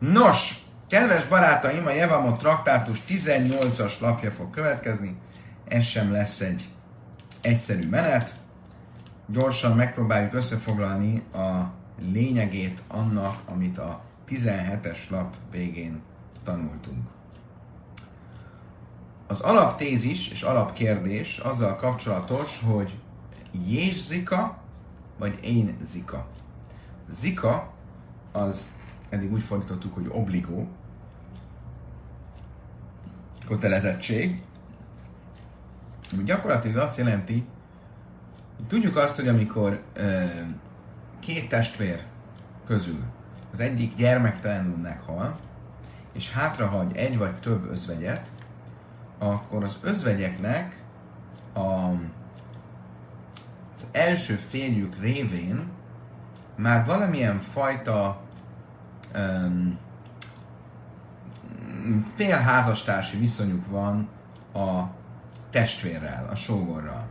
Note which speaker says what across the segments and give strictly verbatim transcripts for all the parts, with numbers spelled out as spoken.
Speaker 1: Nos, kedves barátaim, a Jevamot traktátus tizennyolcas lapja fog következni. Ez sem lesz egy egyszerű menet. Gyorsan megpróbáljuk összefoglalni a lényegét annak, amit a tizenhetes lap végén tanultunk. Az alaptézis és alapkérdés azzal kapcsolatos, hogy jés zika, vagy én zika. Zika, az eddig úgy fordítottuk, hogy obligó, kötelezettség, ami gyakorlatilag azt jelenti, hogy tudjuk azt, hogy amikor ö, két testvér közül az egyik gyermektelenül meghal, és hátrahagy egy vagy több özvegyet, akkor az özvegyeknek a, az első férjük révén már valamilyen fajta um, félházastársi viszonyuk van a testvérrel, a sógorral.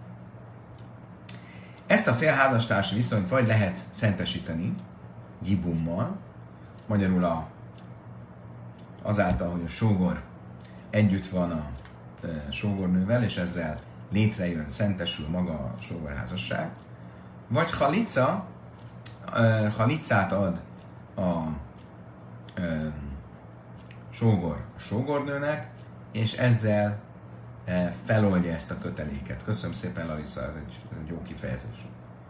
Speaker 1: Ezt a félházastársi viszonyt vagy lehet szentesíteni jibummal, magyarul a, azáltal, hogy a sógor együtt van a e, sógornővel, és ezzel létrejön, szentesül maga a sógorházasság, vagy halica, e, halicát ad a e, sógor a sógornőnek, és ezzel e, feloldja ezt a köteléket. Köszönöm szépen, Larissa, ez egy, ez egy jó kifejezés.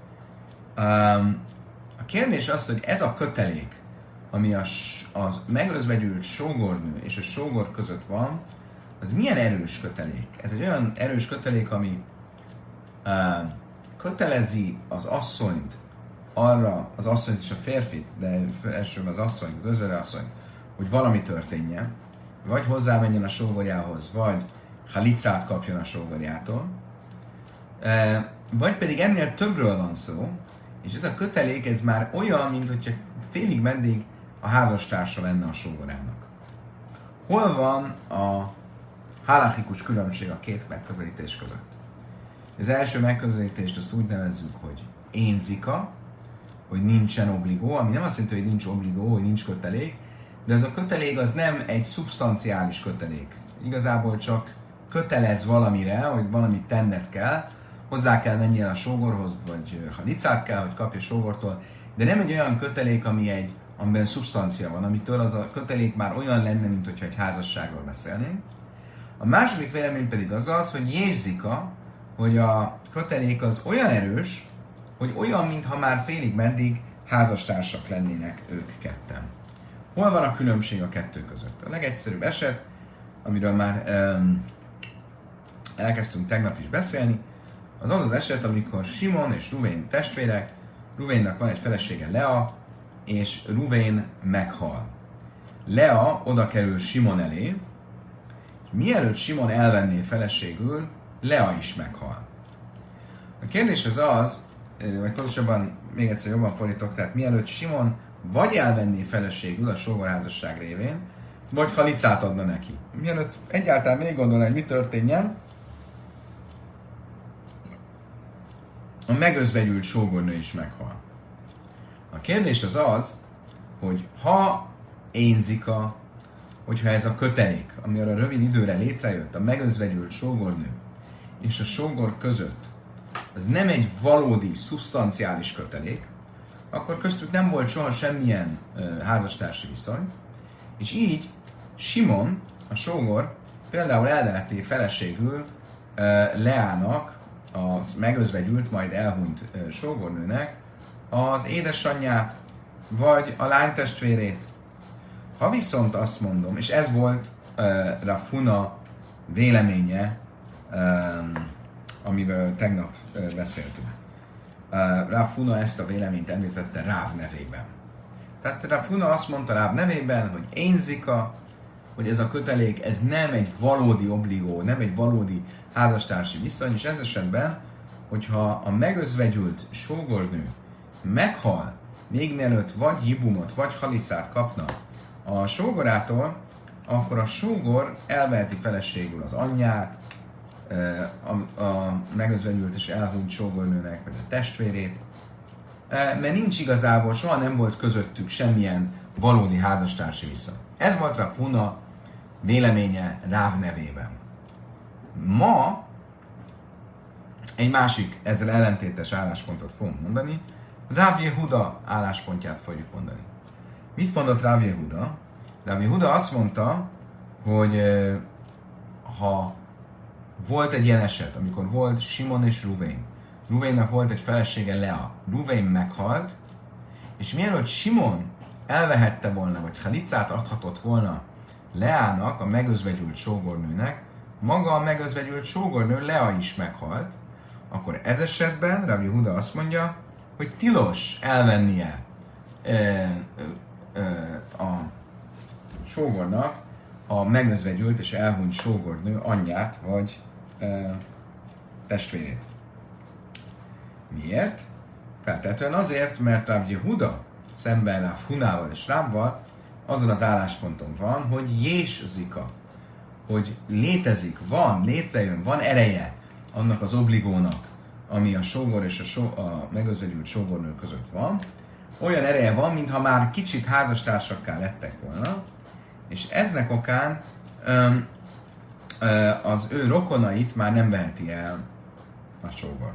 Speaker 1: Um, a kérdés az, hogy ez a kötelék, ami a, az megözvegyült sógornő és a sógor között van, az milyen erős kötelék? Ez egy olyan erős kötelék, ami uh, kötelezi az asszonyt arra, az asszonyt és a férfit, de elsősorban az asszonyt, az özvegye asszonyt, hogy valami történjen, vagy hozzámenjen a sógorjához, vagy halicát kapjon a sógorjától, uh, vagy pedig ennél többről van szó, és ez a kötelék, ez már olyan, mint hogyha félig meddig a házastársa lenne a sógorának. Hol van a halachikus különbség a két megközelítés között? Az első megközelítést azt úgy nevezzük, hogy én zika, hogy nincsen obligó, ami nem azt jelenti, hogy nincs obligó, hogy nincs kötelék, de ez a kötelék az nem egy szubstanciális kötelék. Igazából csak kötelez valamire, hogy valamit tenned kell, hozzá kell menjél a sógorhoz, vagy halicát kell, hogy kapja a sógortól, de nem egy olyan kötelék, ami egy, amiben szubstancia van, amitől az a kötelék már olyan lenne, mint hogyha egy házasságról beszélnénk. A második vélemény pedig az az, hogy jézika, hogy a kötelék az olyan erős, hogy olyan, mintha már félig meddig házastársak lennének ők ketten. Hol van a különbség a kettő között? A legegyszerűbb eset, amiről már um, elkezdtünk tegnap is beszélni, az az az eset, amikor Simon és Ruvén testvérek, Ruvénnak van egy felesége Lea, és Ruvén meghal. Lea oda kerül Simon elé, és mielőtt Simon elvenné feleségül, Lea is meghal. A kérdés az az, vagy pontosabban még egyszer jobban fordítok, tehát mielőtt Simon vagy elvenné feleségül a sógorházasság révén, vagy halicát adna neki. Mielőtt egyáltalán még gondolná, hogy mi történjen, a megözvegyült sógornő is meghal. A kérdés az az, hogy ha én zika, hogyha ez a kötelék, ami arra rövid időre létrejött, a megözvegyült sógornő és a sógor között, az nem egy valódi, szubstanciális kötelék, akkor köztük nem volt soha semmilyen uh, házastársi viszony, és így Simon, a sógor, például elvetté feleségül uh, Leának, a megözvegyült, majd elhunyt uh, sógornőnek az édesanyját, vagy a lánytestvérét. Ha viszont azt mondom, és ez volt uh, Rafuna véleménye, um, amivel tegnap uh, beszéltünk. Uh, Rafuna ezt a véleményt említette Ráv nevében. Tehát Rafuna azt mondta Ráv nevében, hogy én zika, hogy ez a kötelék, ez nem egy valódi obligó, nem egy valódi házastársi viszony, és ez esetben, hogyha a megözvegyült sógornő meghal, még mielőtt vagy hibumot, vagy halicát kapna a sógorától, akkor a sógor elveheti feleségül az anyját, a, a megözvegyült és elhunyt sógornőnek, vagy a testvérét, mert nincs igazából, soha nem volt közöttük semmilyen valódi házastársi viszony. Ez volt Rav Huna véleménye Ráv nevében. Ma egy másik, ezzel ellentétes álláspontot fogunk mondani, Rav Yehuda álláspontját fogjuk mondani. Mit mondott Rav Yehuda? Rav Yehuda azt mondta, hogy ha volt egy ilyen eset, amikor volt Simon és Ruvén. Ruvénnak volt egy felesége, Lea. Ruvén meghalt, és mielőtt Simon elvehette volna, vagy halicát adhatott volna Leának, a megözvegyült sógornőnek, maga a megözvegyült sógornő, Lea is meghalt, akkor ez esetben Rav Yehuda azt mondja, hogy tilos elvennie e, e, e, a sógornak a megözvegyült és elhunyt sógornő anyját vagy e, testvérét. Miért? Feltétlenül azért, mert Rav Yehuda szemben Rav Hunával és Rávval azon az állásponton van, hogy jés zika, hogy létezik, van, létrejön, van ereje annak az obligónak, ami a sógor és a, so, a megözvegyült sógornő között van. Olyan ereje van, mintha már kicsit házastársakká lettek volna, és eznek okán öm, ö, az ő rokonait már nem veheti el a sógor.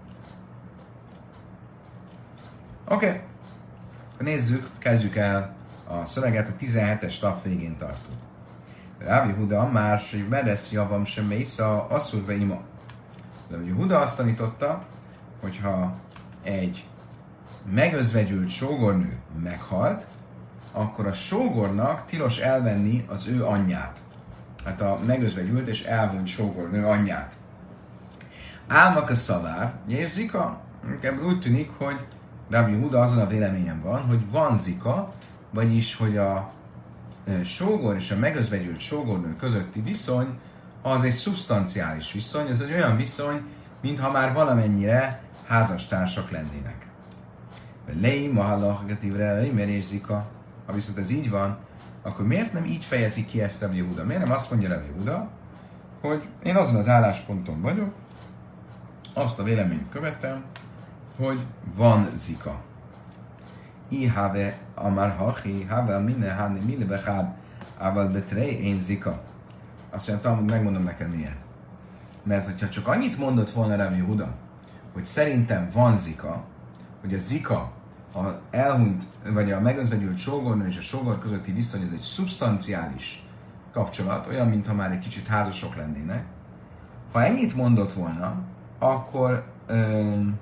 Speaker 1: Oké, okay. Nézzük, kezdjük el a szöveget, a tizenhetes lap végén tartunk. Rav Yehuda más, hogy meresz javam sem mésza, asszurve ima. Rav Yehuda azt tanította, hogyha egy megözvegyült sógornő meghalt, akkor a sógornak tilos elvenni az ő anyját. Hát a megözvegyült és elhunyt sógornő anyját. Álmak a szavár, és zika, úgy tűnik, hogy Rav Yehuda azon a véleményen van, hogy van zika, vagyis, hogy a sógor és a megözvegyült sógornő közötti viszony az egy szubstanciális viszony, ez egy olyan viszony, mintha már valamennyire házastársak lennének. Lei, mahallahgatívre, leimerés zika. Ha viszont ez így van, akkor miért nem így fejezi ki ezt Rav Yehuda? Miért nem azt mondja Rav Yehuda, hogy én azon az állásponton vagyok, azt a véleményt követem, hogy van zika. I have amar hachi, have minne háni mille bechad, ával betrei én zika. Azt mondja, Talmud, megmondom neked miért. Mert hogyha csak annyit mondott volna Rav Yehuda, hogy szerintem van zika, hogy a zika, a elhunyt, vagy a megözvegyült sógornő és a sógor közötti viszony, ez egy szubstanciális kapcsolat, olyan, mintha már egy kicsit házasok lennének. Ha ennyit mondott volna, akkor öm,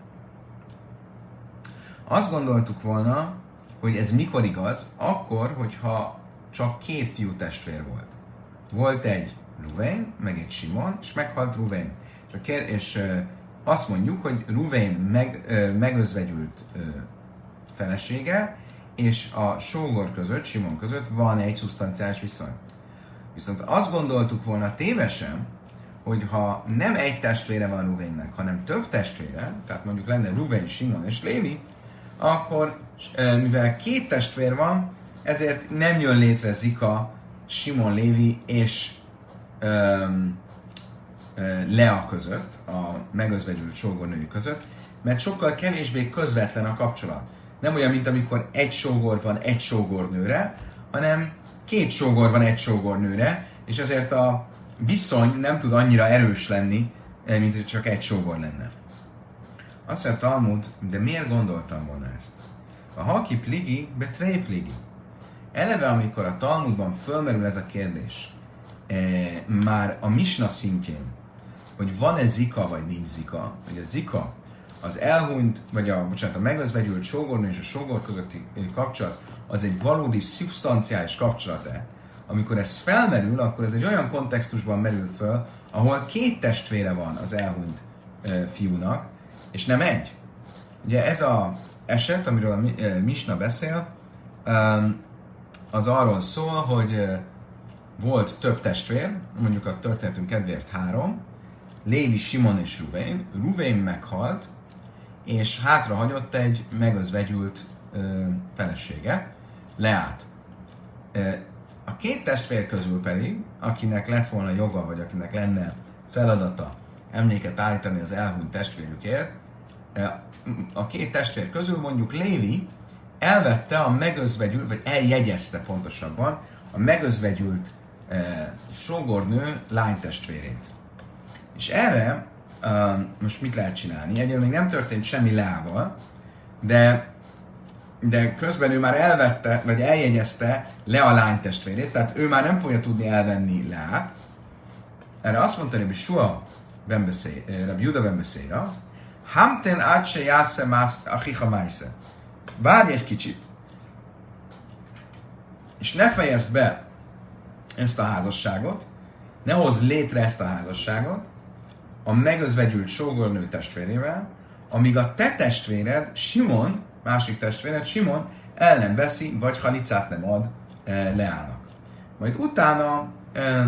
Speaker 1: azt gondoltuk volna, hogy ez mikor igaz, akkor, hogyha csak két fiú testvér volt. Volt egy Ruvén, meg egy Simon, és meghalt Ruvén. És, a kér, és ö, azt mondjuk, hogy Ruvén meg, ö, megözvegyült ö, felesége, és a sógor között, Simon között van egy szubstanciális viszony. Viszont azt gondoltuk volna tévesen, hogy ha nem egy testvére van Ruvénnek, hanem több testvére, tehát mondjuk lenne Ruvén, Simon és Lévi, akkor mivel két testvér van, ezért nem jön létre zika Simon, Lévi és öm, ö, Lea között, a megözvegyült sógornői között, mert sokkal kevésbé közvetlen a kapcsolat. Nem olyan, mint amikor egy sógor van egy sógornőre, hanem két sógor van egy sógornőre, és ezért a viszony nem tud annyira erős lenni, mint hogy csak egy sógor lenne. Azt mondja Talmud, de miért gondoltam volna ezt? A haki pligi, betrei pligi. Eleve, amikor a Talmudban fölmerül ez a kérdés, e, már a misna szintjén, hogy van-e zika, vagy nincs zika, hogy a zika az elhunyt, vagy a, bocsánat, a megözvegyült sógornő és a sógor közötti kapcsolat, az egy valódi szubstanciális kapcsolat-e. Amikor ez felmerül, akkor ez egy olyan kontextusban merül föl, ahol két testvére van az elhunyt e, fiúnak, és nem egy. Ugye ez az eset, amiről a e, misna beszél, um, az arról szól, hogy e, volt több testvér, mondjuk a történetünk kedvéért három, Lévi, Simon és Ruvén. Ruvén meghalt, és hátrahagyott egy megözvegyült ö, felesége, Leát. E, a két testvér közül pedig, akinek lett volna joga, vagy akinek lenne feladata emléket állítani az elhunyt testvérükért, e, a két testvér közül mondjuk Lévi elvette a megözvegyült, vagy eljegyezte pontosabban a megözvegyült e, sógornő lánytestvérét. És erre e, most mit lehet csinálni? Egyébként még nem történt semmi Leával, de, de közben ő már elvette, vagy eljegyezte Lea lánytestvérét, tehát ő már nem fogja tudni elvenni Leát. Erre azt mondta, hogy Sua Rabbi Juda ben Beseira, Hamten át se jásze achicha májsze. Várj egy kicsit, és ne fejezd be ezt a házasságot, ne hozz létre ezt a házasságot a megözvegyült sógornő testvérével, amíg a te testvéred, Simon, másik testvéred, Simon el nem veszi, vagy halicát nem ad e, Leának. Majd utána e,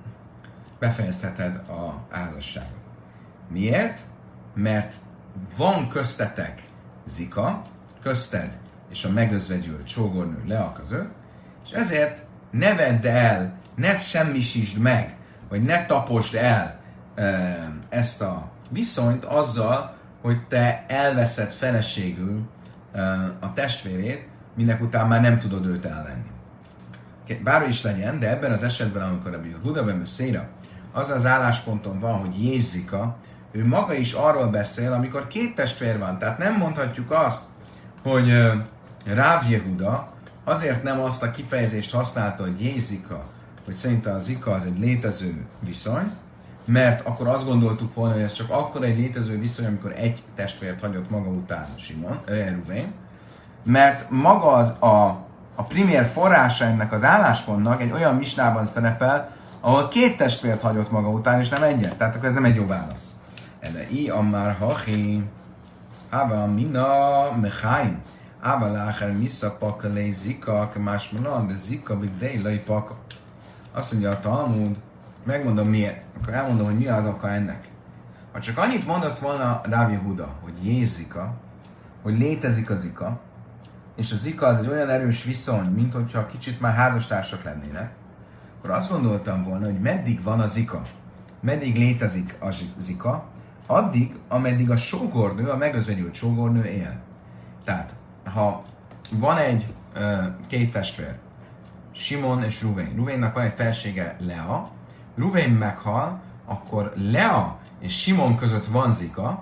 Speaker 1: befejezheted a házasságot. Miért? Mert van köztetek zika, közted és a megözvegyült sógornő Lea között, és ezért ne vedd el, ne semmisítsd meg, vagy ne taposd el e, ezt a viszonyt azzal, hogy te elveszed feleségül e, a testvérét, minek után már nem tudod őt elvenni. Bárhogy is legyen, de ebben az esetben, amikor a Huda ben Beseira az az állásponton van, hogy Jézika, ő maga is arról beszél, amikor két testvér van. Tehát nem mondhatjuk azt, hogy uh, Ráv Jehuda azért nem azt a kifejezést használta, hogy Jézika, hogy szerinte a zika az egy létező viszony, mert akkor azt gondoltuk volna, hogy ez csak akkor egy létező viszony, amikor egy testvért hagyott maga után Simon, uh, Ruvén, mert maga az a, a primér forrása ennek az álláspontnak egy olyan misnában szerepel, ahol két testvért hagyott maga után, és nem egyet. Tehát akkor ez nem egy jó válasz. Ele i ammar hachi, ava mina mechaim, ava lácher miszapak lé zika, más mondan, de zika videi lei paka. Azt mondja a Talmud, megmondom miért, akkor elmondom, hogy mi az oka ennek. Ha csak annyit mondott volna Ráv Jehuda, hogy Jézika, hogy létezik a zika, és a zika az egy olyan erős viszony, mint hogyha kicsit már házastársak lennének, akkor azt gondoltam volna, hogy meddig van a zika, meddig létezik a zika, addig, ameddig a sógornő, a megözvegyült sógornő él. Tehát, ha van egy uh, két testvér, Simon és Ruvén, Ruvénnak van egy felsége Lea, Ruvén meghal, akkor Lea és Simon között van zika,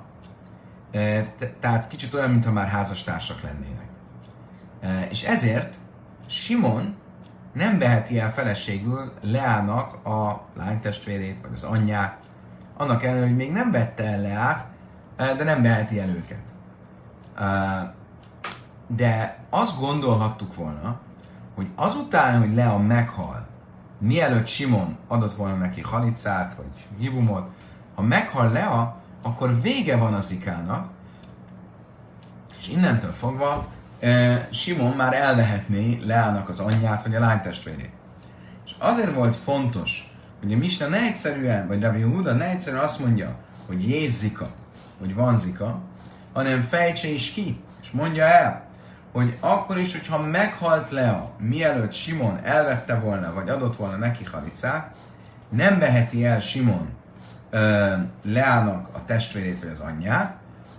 Speaker 1: tehát kicsit olyan, mintha már házastársak lennének. És ezért Simon nem veheti el feleségül Leának a lánytestvérét, vagy az anyját, annak ellenére, hogy még nem vette el Leát, de nem veheti el őket. De azt gondolhattuk volna, hogy azután, hogy Lea meghal, mielőtt Simon adott volna neki halicát, vagy hibumot, ha meghal Lea, akkor vége van a zikának, és innentől fogva Simon már elvehetné Leának az anyját, vagy a lánytestvérét. És azért volt fontos, hogy a Misna ne egyszerűen, vagy Rabbi Yehuda ne egyszerűen azt mondja, hogy jés zika, hogy van zika, hanem fejtse is ki, és mondja el, hogy akkor is, hogyha meghalt Lea, mielőtt Simon elvette volna, vagy adott volna neki halicát, nem veheti el Simon uh, Leának a testvérét, vagy az anyját,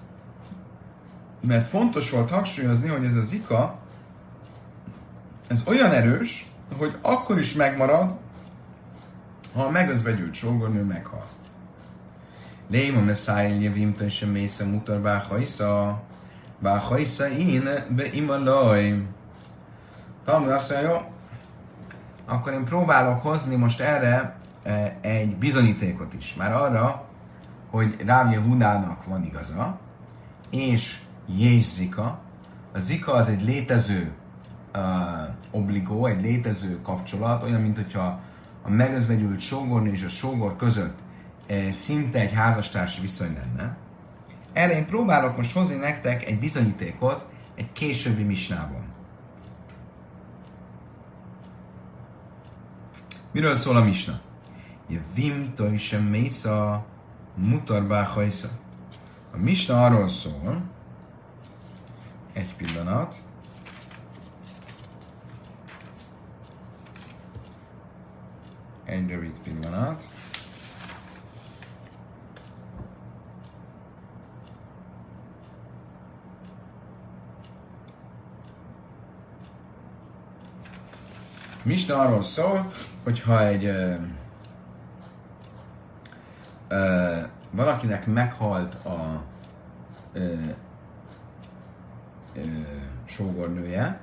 Speaker 1: mert fontos volt hangsúlyozni, hogy ez a zika, ez olyan erős, hogy akkor is megmarad, ha a megözvegyült sógornő meghal. Léma meszájl jevimta és a mésze mutar báhajsza, báhajsza én be imalaj. Talmud azt mondja, jó, akkor én próbálok hozni most erre e, egy bizonyítékot is. Már arra, hogy Ráv Jehudának van igaza, és jés zika. A zika az egy létező uh, obligó, egy létező kapcsolat, olyan, mint hogyha a megözvegyült sógornő és a sógor között eh, szinte egy házastársi viszony lenne. Erre én próbálok most hozni nektek egy bizonyítékot egy későbbi misnában. Miről szól a misna? Vim toisem mésza mutarbá hajsza. A misna arról szól, egy pillanat, egy rövid pillanat. Misna arról szól, hogyha egy ö, ö, valakinek meghalt a ö, ö, sógornője,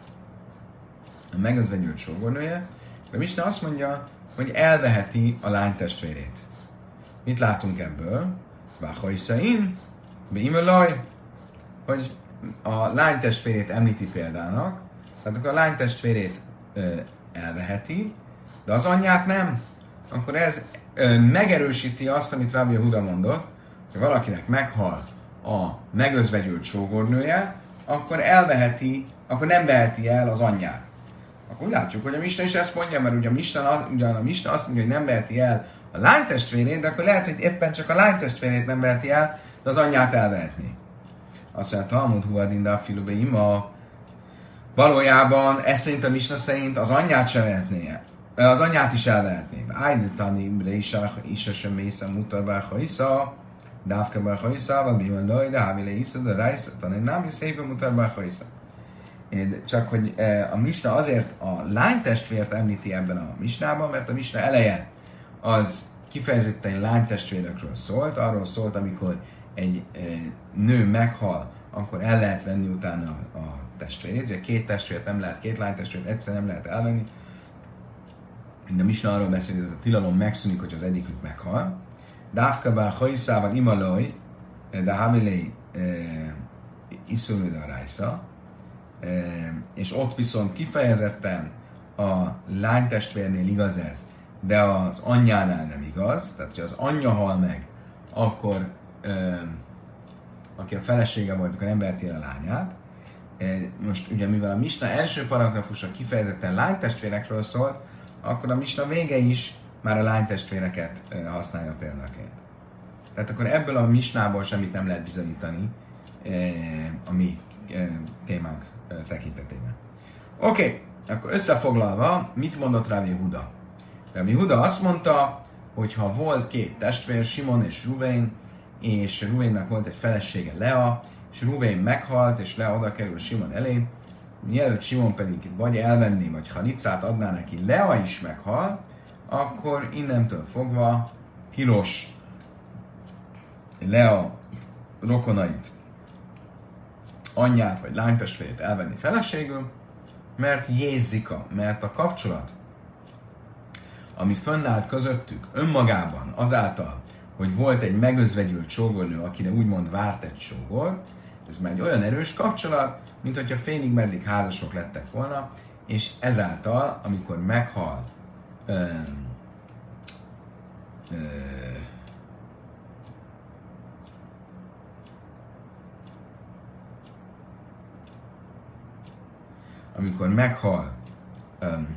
Speaker 1: a megözvegyült sógornője, de Misna azt mondja, hogy elveheti a lány testvérét. Mit látunk ebből? Váhajszain, beimölaj, hogy a lány testvérét említi példának, tehát akkor a lány testvérét ö, elveheti, de az anyját nem. Akkor ez ö, megerősíti azt, amit Rabbi Yehuda mondott, hogy valakinek meghal a megözvegyült sógornője, akkor elveheti, akkor nem veheti el az anyját. Akkor úgy látjuk, hogy a Misna is ezt mondja, mert ugye a Misna, ugyan a Misna azt mondja, hogy nem veheti el a lány testvérét, de akkor lehet, hogy éppen csak a lány testvérét nem veheti el, de az anyját elvehetné. Azt mondja, Talmud huadinda filube ima, valójában ez szerint a Misna szerint az anyját sem vehetné el. Az anyját is elvehetné. Ájdítani imre is sem mészem mutar isza, dávke isza, vagy mi van laj, de hávile isza, de rájsz, tanén nem is szépen mutar isza. Csak hogy a Misna azért a lány testvért említi ebben a Misnában, mert a Misna eleje az kifejezetten lánytestvérekről szólt, arról szólt, amikor egy nő meghal, akkor el lehet venni utána a, a testvérét. Ugye két testvért nem lehet, két lánytestvért egyszer nem lehet elvenni. De a Misna arról beszél, hogy ez a tilalom megszűnik, hogy az egyikük meghal. Dávkabá hajszával imaloj, de havilei iszolida rájsza, és ott viszont kifejezetten a lánytestvérnél igaz ez, de az anyjánál nem igaz, tehát ha az anyja hal meg, akkor aki a felesége volt, akkor nem veheti el a lányát. Most ugye mivel a Misna első paragrafusa kifejezetten lánytestvérekről szólt, akkor a Misna vége is már a lánytestvéreket használja példaként. Tehát akkor ebből a Misnából semmit nem lehet bizonyítani a mi témánk tekintetében. Oké, okay, akkor összefoglalva, mit mondott Rabbi Yehuda? Rabbi Yehuda azt mondta, hogy ha volt két testvér, Simon és Ruvén, és Ruvénnak volt egy felesége, Lea, és Ruvén meghalt, és Lea oda kerül Simon elé, mielőtt Simon pedig vagy elvenné, vagy halicát adná neki, Lea is meghal, akkor innentől fogva tilos Lea rokonait, anyját vagy lánytestvérét elvenni feleségül, mert Jézika, mert a kapcsolat, ami fönnállt közöttük önmagában azáltal, hogy volt egy megözvegyült sógornő, akire úgymond várt egy sógor, ez már egy olyan erős kapcsolat, mint hogyha félig meddig házasok lettek volna, és ezáltal, amikor meghal ö, ö, amikor meghal um,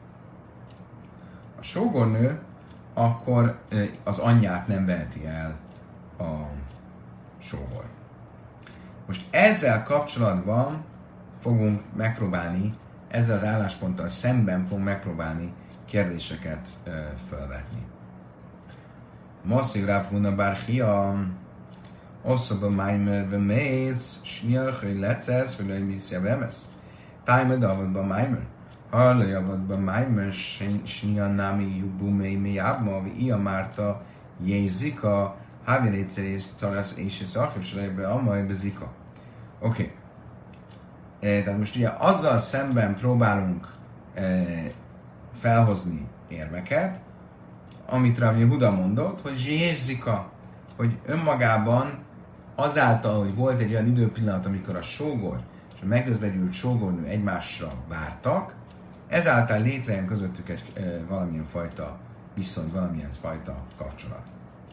Speaker 1: a sógornő, akkor uh, az anyját nem veheti el a sógor. Most ezzel kapcsolatban fogunk megpróbálni, ezzel az állásponttal szemben fogunk megpróbálni kérdéseket uh, felvetni. Masszív Rav Huna bar Chia, osszoba májmer bemész, snyarchai lecesz, vagy egy miszja bemesz. Tájma davadba májmer. Hallajavadba májmer, snyannámi jubumei mélyábma, vi ia márta jézika, hávirétszer és szarasz és szarkib selejbe amajbe zika. Oké. Okay. Tehát most ugye azzal szemben próbálunk e, felhozni érveket, amit Rav Yehuda mondott, hogy jézika, hogy önmagában azáltal, hogy volt egy olyan időpillanat, amikor a sógor és a megözvegyült sógornő egymásra vártak, ezáltal létrejön közöttük egy e, valamilyen fajta viszony, valamilyen fajta kapcsolat.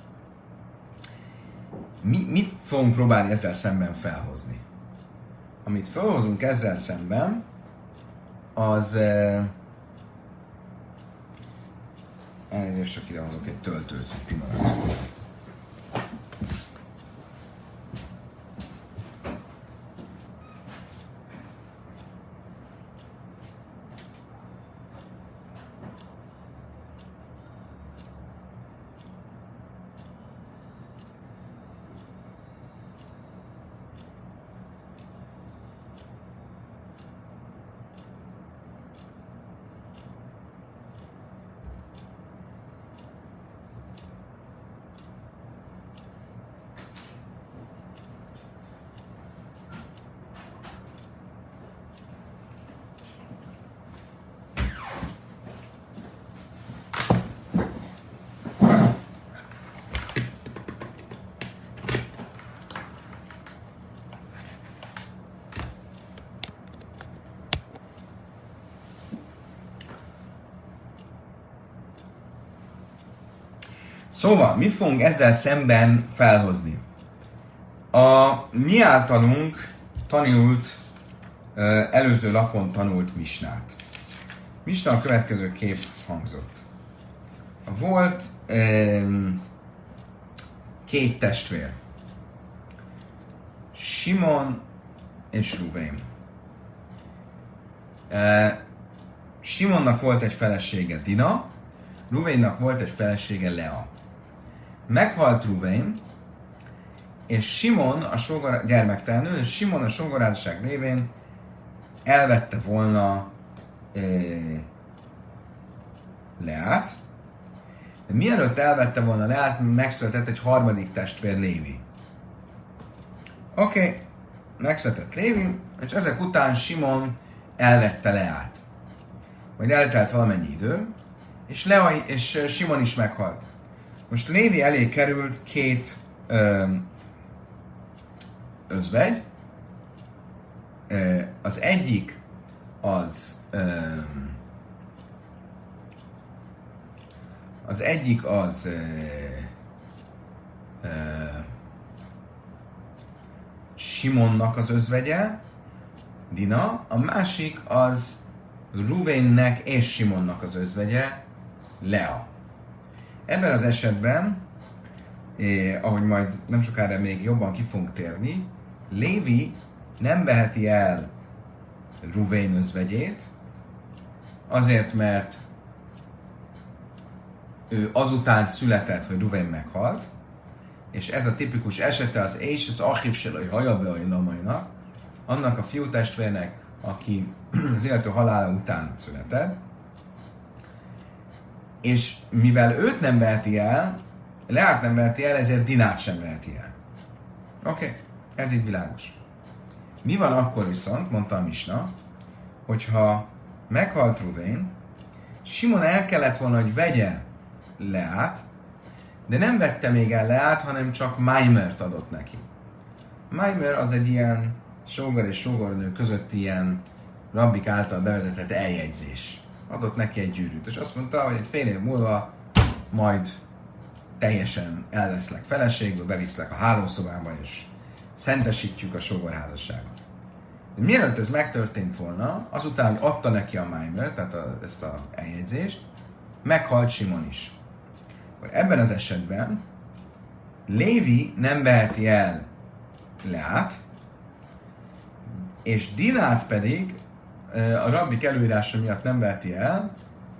Speaker 1: Mi, mit fogunk próbálni ezzel szemben felhozni? Amit felhozunk ezzel szemben, az e, elnézést, csak idehozok egy töltőt, egy pillanat. Szóval, mit fogunk ezzel szemben felhozni? A mi általunk tanult, előző lapon tanult misnát. Misna a következő kép hangzott. Volt um, két testvér. Simon és Ruvén. Uh, Simonnak volt egy felesége, Dina, Ruvénnak volt egy felesége, Lea. Meghalt Ruvén, és Simon a sógor, gyermektelenül, és Simon a sógorházasság révén elvette volna e, Leát, de mielőtt elvette volna Leát, megszületett egy harmadik testvér, Lévi. Oké, okay. Megszületett Lévi, és ezek után Simon elvette Leát. Vagy eltelt valamennyi idő, és, Lea, és Simon is meghalt. Most Lévi elé került két ö, özvegy. Ö, az egyik az ö, az egyik az ö, ö, Simonnak az özvegye, Dina, a másik az Ruvénnek és Simonnak az özvegye, Lea. Ebben az esetben, eh, ahogy majd nem sokára még jobban ki fogunk térni, Lévi nem veheti el Ruvén özvegyét, azért, mert ő azután született, hogy Ruvén meghalt, és ez a tipikus esete az és az archív selai hajabeajlamainak, annak a fiútestvérnek, aki az illető halála után született, és mivel őt nem veheti el, Leát nem veheti el, ezért Dinát sem veheti el. Oké, okay, ez így világos. Mi van akkor viszont, mondta a misna, hogyha meghalt Ruvén, Simon el kellett volna, hogy vegye Leát, de nem vette még el Leát, hanem csak Maimert adott neki. Maimer az egy ilyen sógor és sógornő közötti ilyen rabbik által bevezetett eljegyzés. Adott neki egy gyűrűt, és azt mondta, hogy egy fél év múlva majd teljesen elveszlek feleségből, beviszlek a hálószobába, és szentesítjük a sógorházasságot. De mielőtt ez megtörtént volna, azután, hogy adta neki a Maimer, tehát a, ezt az eljegyzést, meghalt Simon is. Ebben az esetben Lévi nem veheti el Leát, és Dinát pedig a rabbik előírása miatt nem veheti el,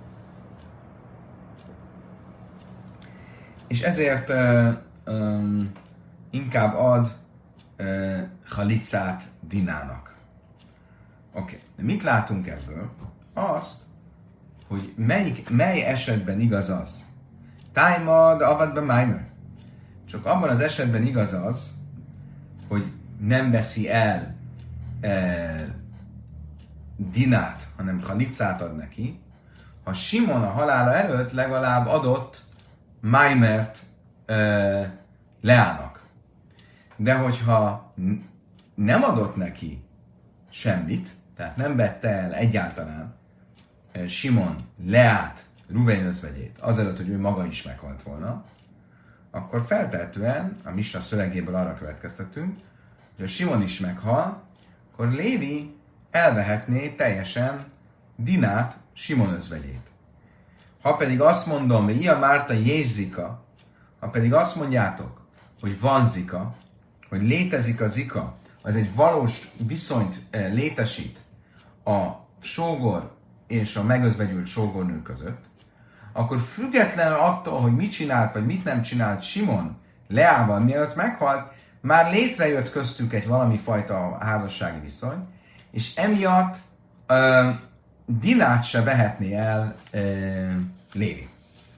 Speaker 1: és ezért uh, um, inkább ad uh, halicát Dinának. Oké, okay. De mit látunk ebből? Azt, hogy melyik, mely esetben igaz az? Tájmad, avadban Maimer. Csak abban az esetben igaz az, hogy nem veszi el e, Dinát, hanem halicát ad neki, ha Simon a halála előtt legalább adott Maimert e, Leának. De hogyha nem adott neki semmit, tehát nem vette el egyáltalán e, Simon Leát, Ruvén özvegyét, azelőtt, hogy ő maga is meghalt volna, akkor feltehetően a misna szövegéből arra következtetünk, hogy ha Simon is meghal, akkor Lévi elvehetné teljesen Dinát, Simon özvegyét. Ha pedig azt mondom, hogy ilyen Márta Jézika, ha pedig azt mondjátok, hogy van zika, hogy létezik a zika, az egy valós viszonyt létesít a sógor és a megözvegyült sógornő között, akkor függetlenül attól, hogy mit csinált, vagy mit nem csinált Simon Leával, mielőtt meghalt, már létrejött köztük egy valami fajta házassági viszony, és emiatt uh, Dinát se vehetné el uh, Lévi.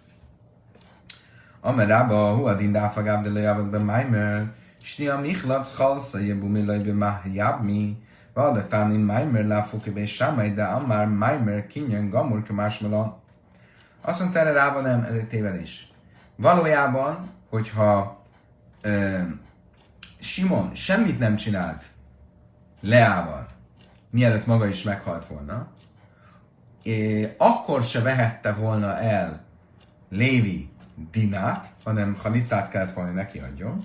Speaker 1: Amerába, hua din dáfagább, de lejávat be Maimer, snia michlatsz halsza, jebu milaj be mahjábmi, vadatánin Maimer láfoké be sámai, de amár Maimer kinyen gamur kemásmelan. Azt mondta erre Rába, nem, ez egy tévedés. Valójában, hogyha uh, Simon semmit nem csinált Leával, mielőtt maga is meghalt volna, é, akkor se vehette volna el Lévi dinát, hanem halicát kellett volna neki adjon.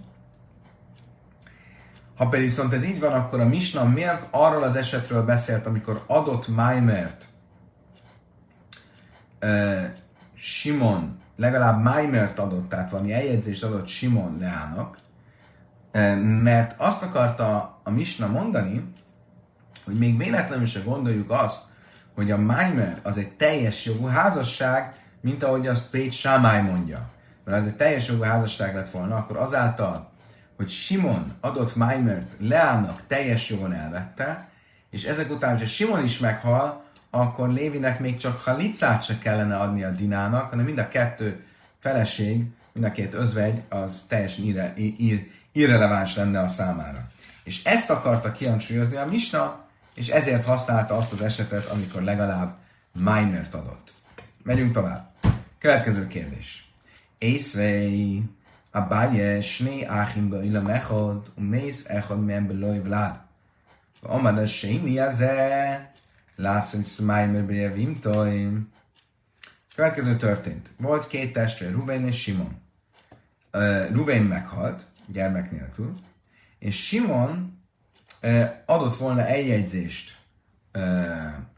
Speaker 1: Ha pedig viszont ez így van, akkor a Misna miért arról az esetről beszélt, amikor adott Maimert uh, Simon, legalább Maimert adott, tehát valami eljegyzést adott Simon Leának, uh, mert azt akarta a Misna mondani, hogy még véletlenül se gondoljuk azt, hogy a Maimer az egy teljes jogú házasság, mint ahogy azt Bét Sámály mondja. Mert az egy teljes jogú házasság lett volna, akkor azáltal, hogy Simon adott Maimert Leának teljes jogon elvette, és ezek után, hogyha Simon is meghal, akkor Lévinek még csak halicát se kellene adni a Dinának, hanem mind a kettő feleség, mind a két özvegy, az teljesen irre, ir, irreleváns lenne a számára. És ezt akarta kihangsúlyozni a Misna, és ezért használta azt az esetet, amikor legalább Maimert adott. Megyünk tovább. Következő kérdés. Észvei, Abaye, Sné Áchim Baila Mechod, Umész Echod Men Beloj Vlad. Amada Séni Aze, Lászony Szmaimer Bejevim Toim. Következő történt. Volt két testvér, Ruvén és Simon. Uh, Ruvén meghalt, gyermek nélkül, és Simon uh, adott volna eljegyzést uh,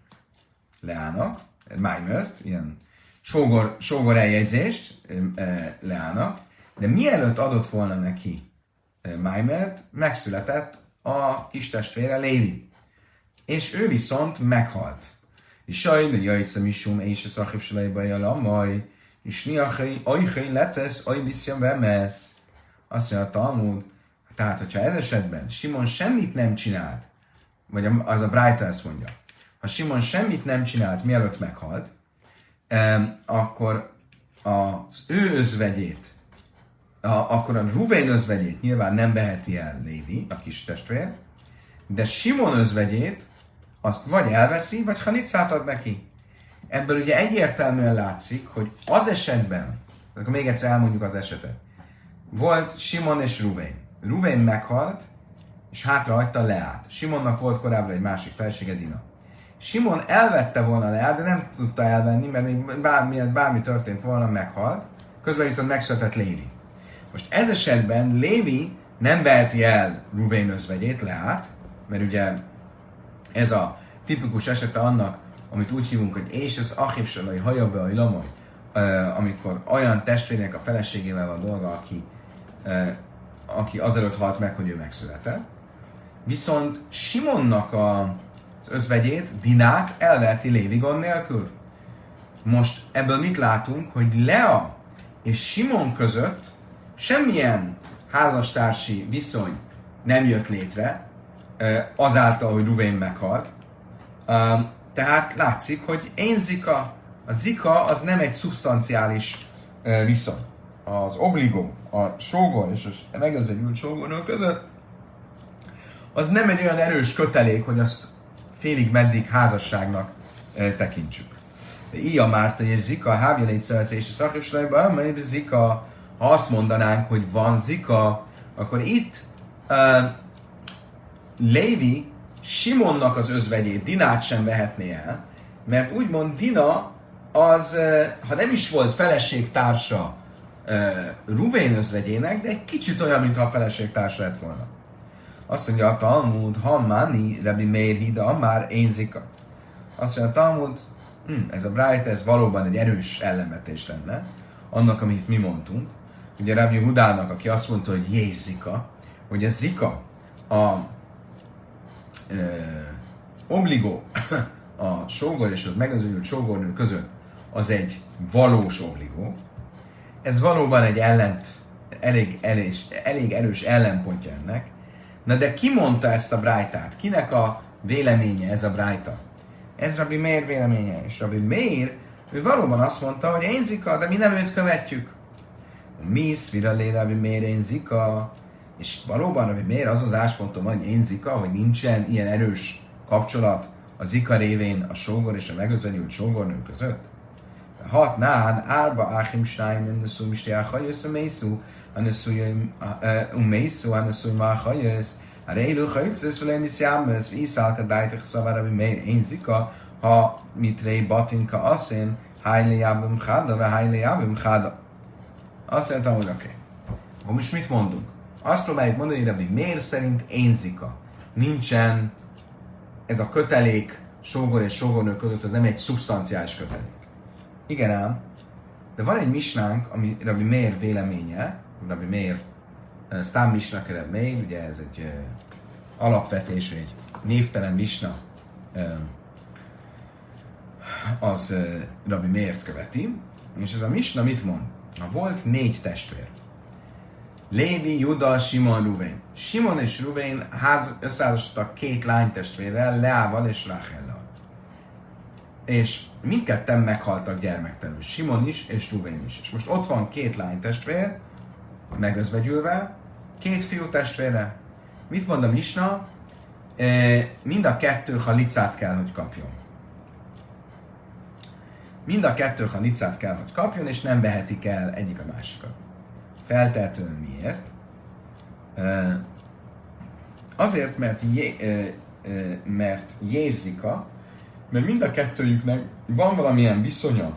Speaker 1: Leának, Maimert, ilyen sógor, sógor eljegyzést uh, Leának, de mielőtt adott volna neki uh, Maimert, megszületett a kis testvére Lévi. És ő viszont meghalt. És sajnálja, jajtszem isum, és a szaképselejbe jel a maj, és niachai, ajhai lecesz, ajbiszjan vemesz. Azt mondja a Talmud, tehát, hogyha ez esetben Simon semmit nem csinált, vagy az a Brájta ezt mondja, ha Simon semmit nem csinált, mielőtt meghalt, akkor az ő özvegyét, a, akkor a Ruvén özvegyét nyilván nem veheti el Lévi, a kis testvér, de Simon özvegyét azt vagy elveszi, vagy halicát ad neki. Ebből ugye egyértelműen látszik, hogy az esetben, akkor még egyszer elmondjuk az esetet, volt Simon és Ruvén. Ruvén meghalt, és hátrahagyta Leát. Simonnak volt korábban egy másik felsége, Dina. Simon elvette volna Leát, de nem tudta elvenni, mert még bármi, bármi történt volna, meghalt. Közben viszont megszületett Lévi. Most ez esetben Lévi nem veheti el Ruvén özvegyét, Leát, mert ugye ez a tipikus esete annak, amit úgy hívunk, hogy és az achivsalai hajabe a lamaj, amikor olyan testvérnek a feleségével van dolga, aki, aki azelőtt halt meg, hogy ő megszületett. Viszont Simonnak a, az özvegyét, Dinát elveheti Lévi gond nélkül. Most ebből mit látunk, hogy Lea és Simon között semmilyen házastársi viszony nem jött létre, azáltal, hogy Ruvén meghalt. Tehát látszik, hogy én zika, a zika az nem egy szubstanciális viszony. Az obligó, a sógor és a megözvegyült sógornő között az nem egy olyan erős kötelék, hogy azt félig meddig házasságnak tekintsük. Ilyen Márta, hogy zika, hávjelét szölsz és a szaképselejben, amelyben zika, ha azt mondanánk, hogy van zika, akkor itt uh, Lévi Simonnak az özvegyét, Dinát sem vehetné el, mert úgymond Dina az, ha nem is volt feleségtársa Ruvén özvegyének, de egy kicsit olyan, mintha a feleségtársa lett volna. Azt mondja a Talmud, ha Mani, Rabbi Meir hida, már én zika. Azt mondja a Talmud, hm, ez a Brájta, ez valóban egy erős ellenvetés lenne, annak, amit mi mondtunk. Ugye Rabbi Hudának, aki azt mondta, hogy jé zika, hogy a zika, a Uh, obligó a sógor és az megözvegyült sógornő között az egy valós obligó. Ez valóban egy ellent, elég, elég, elég erős ellenpontja ennek. Na de ki mondta ezt a brájtát? Kinek a véleménye ez a brájta? Ez Rabbi Meir véleménye. És Rabbi Meir, ő valóban azt mondta, hogy én zika, de mi nem őt követjük. Mi szviralé Rabbi Meir én zika. És valóban, Rabbi Meir az az áspontom, hogy én zika, hogy nincsen ilyen erős kapcsolat a zika révén a sógor és a megözvegyült sógornő között. Hat nán, árba áchim snáim, nem neszú, misté áchajösz, a mészú, a neszú, a mészú, a neszú, a áchajösz, a rejlő hajösszesz, velem is jámesz, víszálka dájtek szavá Rabbi Meir, én zika, ha mitré batinka aszén, hájle jábim cháda, vagy hájle jábim cháda. Azt mondtam, hogy oké. Okay. Akkor most mit mondunk? Azt próbáljuk mondani, hogy Rabbi Meir szerint én zika. Nincsen ez a kötelék sógor és sógornő között, az nem egy szubstanciális kötelék. Igen ám, de van egy misnánk, ami Rabbi Meir véleménye, Rabbi Meir, Sztám Misna Kereb Meir, ugye ez egy uh, alapvetés, egy névtelen misna, uh, az uh, Rabbi Meirt követi, és ez a misna mit mond? Ha volt négy testvér, Lévi, Juda, Simon, Ruvén. Simon és Ruvén összeházasodtak két lánytestvérrel, Leával és Rachellal. És mindketten meghaltak gyermektelenül. Simon is és Ruvén is. És most ott van két lánytestvér, megözvegyülve, két fiú testvére. Mit mond a misna? E, mind a kettő halicát kell, hogy kapjon. Mind a kettő halicát kell, hogy kapjon, és nem vehetik el egyik a másikat. Feltehetően miért? E, azért, mert, jé, e, e, mert Jézika, mert mind a kettőjüknek van valamilyen viszonya